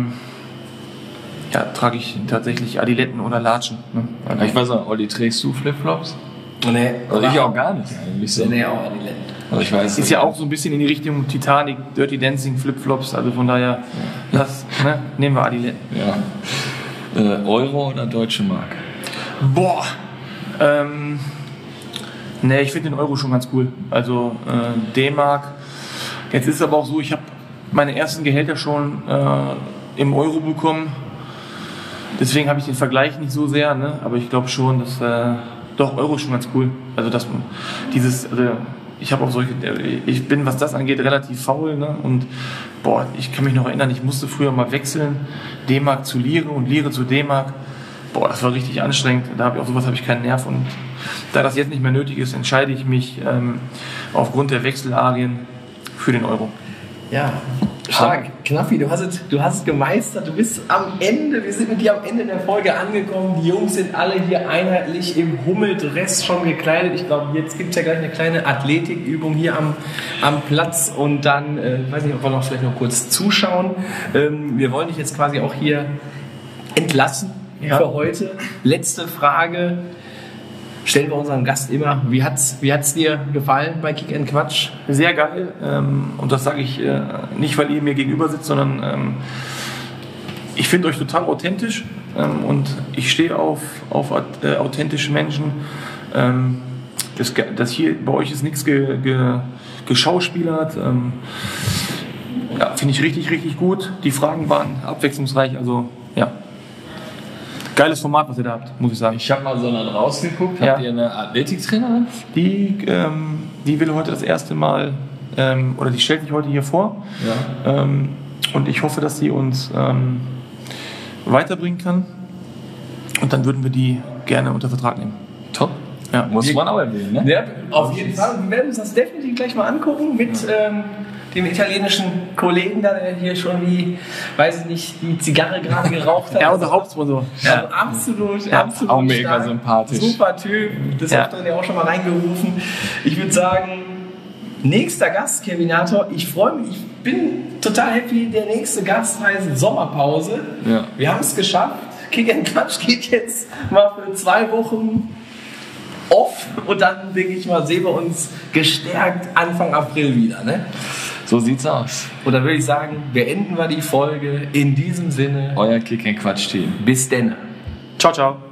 [SPEAKER 4] trage ich tatsächlich Adiletten oder Latschen. Ne? Also
[SPEAKER 2] Ich weiß nicht, Olli, trägst du Flipflops?
[SPEAKER 3] Nee,
[SPEAKER 2] Also ich auch gar nicht eigentlich so.
[SPEAKER 3] Nee, auch Adiletten.
[SPEAKER 2] Also ich weiß
[SPEAKER 4] ist ja auch so ein bisschen in die Richtung Titanic, Dirty Dancing, Flipflops, also von daher nehmen wir Adiletten.
[SPEAKER 2] Ja. Euro oder Deutsche Mark?
[SPEAKER 4] Boah. Ich finde den Euro schon ganz cool. Also D-Mark. Jetzt ist es aber auch so, ich habe meine ersten Gehälter schon im Euro bekommen. Deswegen habe ich den Vergleich nicht so sehr, ne? Aber ich glaube schon, dass Euro ist schon ganz cool. Also dass ich habe auch ich bin, was das angeht, relativ faul, ne? Und ich kann mich noch erinnern, ich musste früher mal wechseln, D-Mark zu Lire und Lire zu D-Mark. Das war richtig anstrengend. Sowas habe ich keinen Nerv. Und da das jetzt nicht mehr nötig ist, entscheide ich mich aufgrund der Wechselarien für den Euro.
[SPEAKER 3] Ja, stark. Knappi, du hast es gemeistert. Du bist am Ende, wir sind mit dir am Ende der Folge angekommen. Die Jungs sind alle hier einheitlich im Hummeldress schon gekleidet. Ich glaube, jetzt gibt es ja gleich eine kleine Athletikübung hier am Platz. Und dann, weiß nicht, ob wir vielleicht noch kurz zuschauen. Wir wollen dich jetzt quasi auch hier entlassen für heute. Letzte Frage. Stellen wir unserem Gast immer, wie hat's dir gefallen bei Kick & Quatsch?
[SPEAKER 4] Sehr geil. Und das sage ich nicht, weil ihr mir gegenüber sitzt, sondern ich finde euch total authentisch und ich stehe auf authentische Menschen. Das hier bei euch ist nichts geschauspielert. Finde ich richtig, richtig gut. Die Fragen waren abwechslungsreich, also ja. Geiles Format, was ihr da habt, muss ich sagen.
[SPEAKER 2] Ich habe mal so nach draußen geguckt. Habt ihr eine Athletiktrainerin?
[SPEAKER 4] Die will heute das erste Mal, oder die stellt sich heute hier vor.
[SPEAKER 2] Ja.
[SPEAKER 4] Und ich hoffe, dass sie uns weiterbringen kann. Und dann würden wir die gerne unter Vertrag nehmen.
[SPEAKER 2] Top.
[SPEAKER 4] Ja.
[SPEAKER 2] Muss man auch erwähnen, ne?
[SPEAKER 3] Ja, auf jeden Fall. Wir werden uns das definitiv gleich mal angucken mit dem italienischen Kollegen, der hier schon die Zigarre gerade geraucht hat.
[SPEAKER 4] Ja, unser Hauptsponsor.
[SPEAKER 3] Also absolut
[SPEAKER 2] auch mega
[SPEAKER 3] stark.
[SPEAKER 2] sympathisch.
[SPEAKER 3] Super Typ. Das habt ihr ja auch schon mal reingerufen. Ich würde sagen, nächster Gast, Kevinator. Ich freue mich. Ich bin total happy. Der nächste Gast heißt Sommerpause.
[SPEAKER 2] Ja.
[SPEAKER 3] Wir haben es geschafft. Kick & Quatsch geht jetzt mal für 2 Wochen off und dann, denke ich mal, sehen wir uns gestärkt Anfang April wieder. Ne?
[SPEAKER 2] So sieht's aus.
[SPEAKER 3] Und dann würde ich sagen, beenden wir die Folge in diesem Sinne.
[SPEAKER 2] Euer Kick & Quatsch Team.
[SPEAKER 3] Bis denn.
[SPEAKER 4] Ciao, ciao.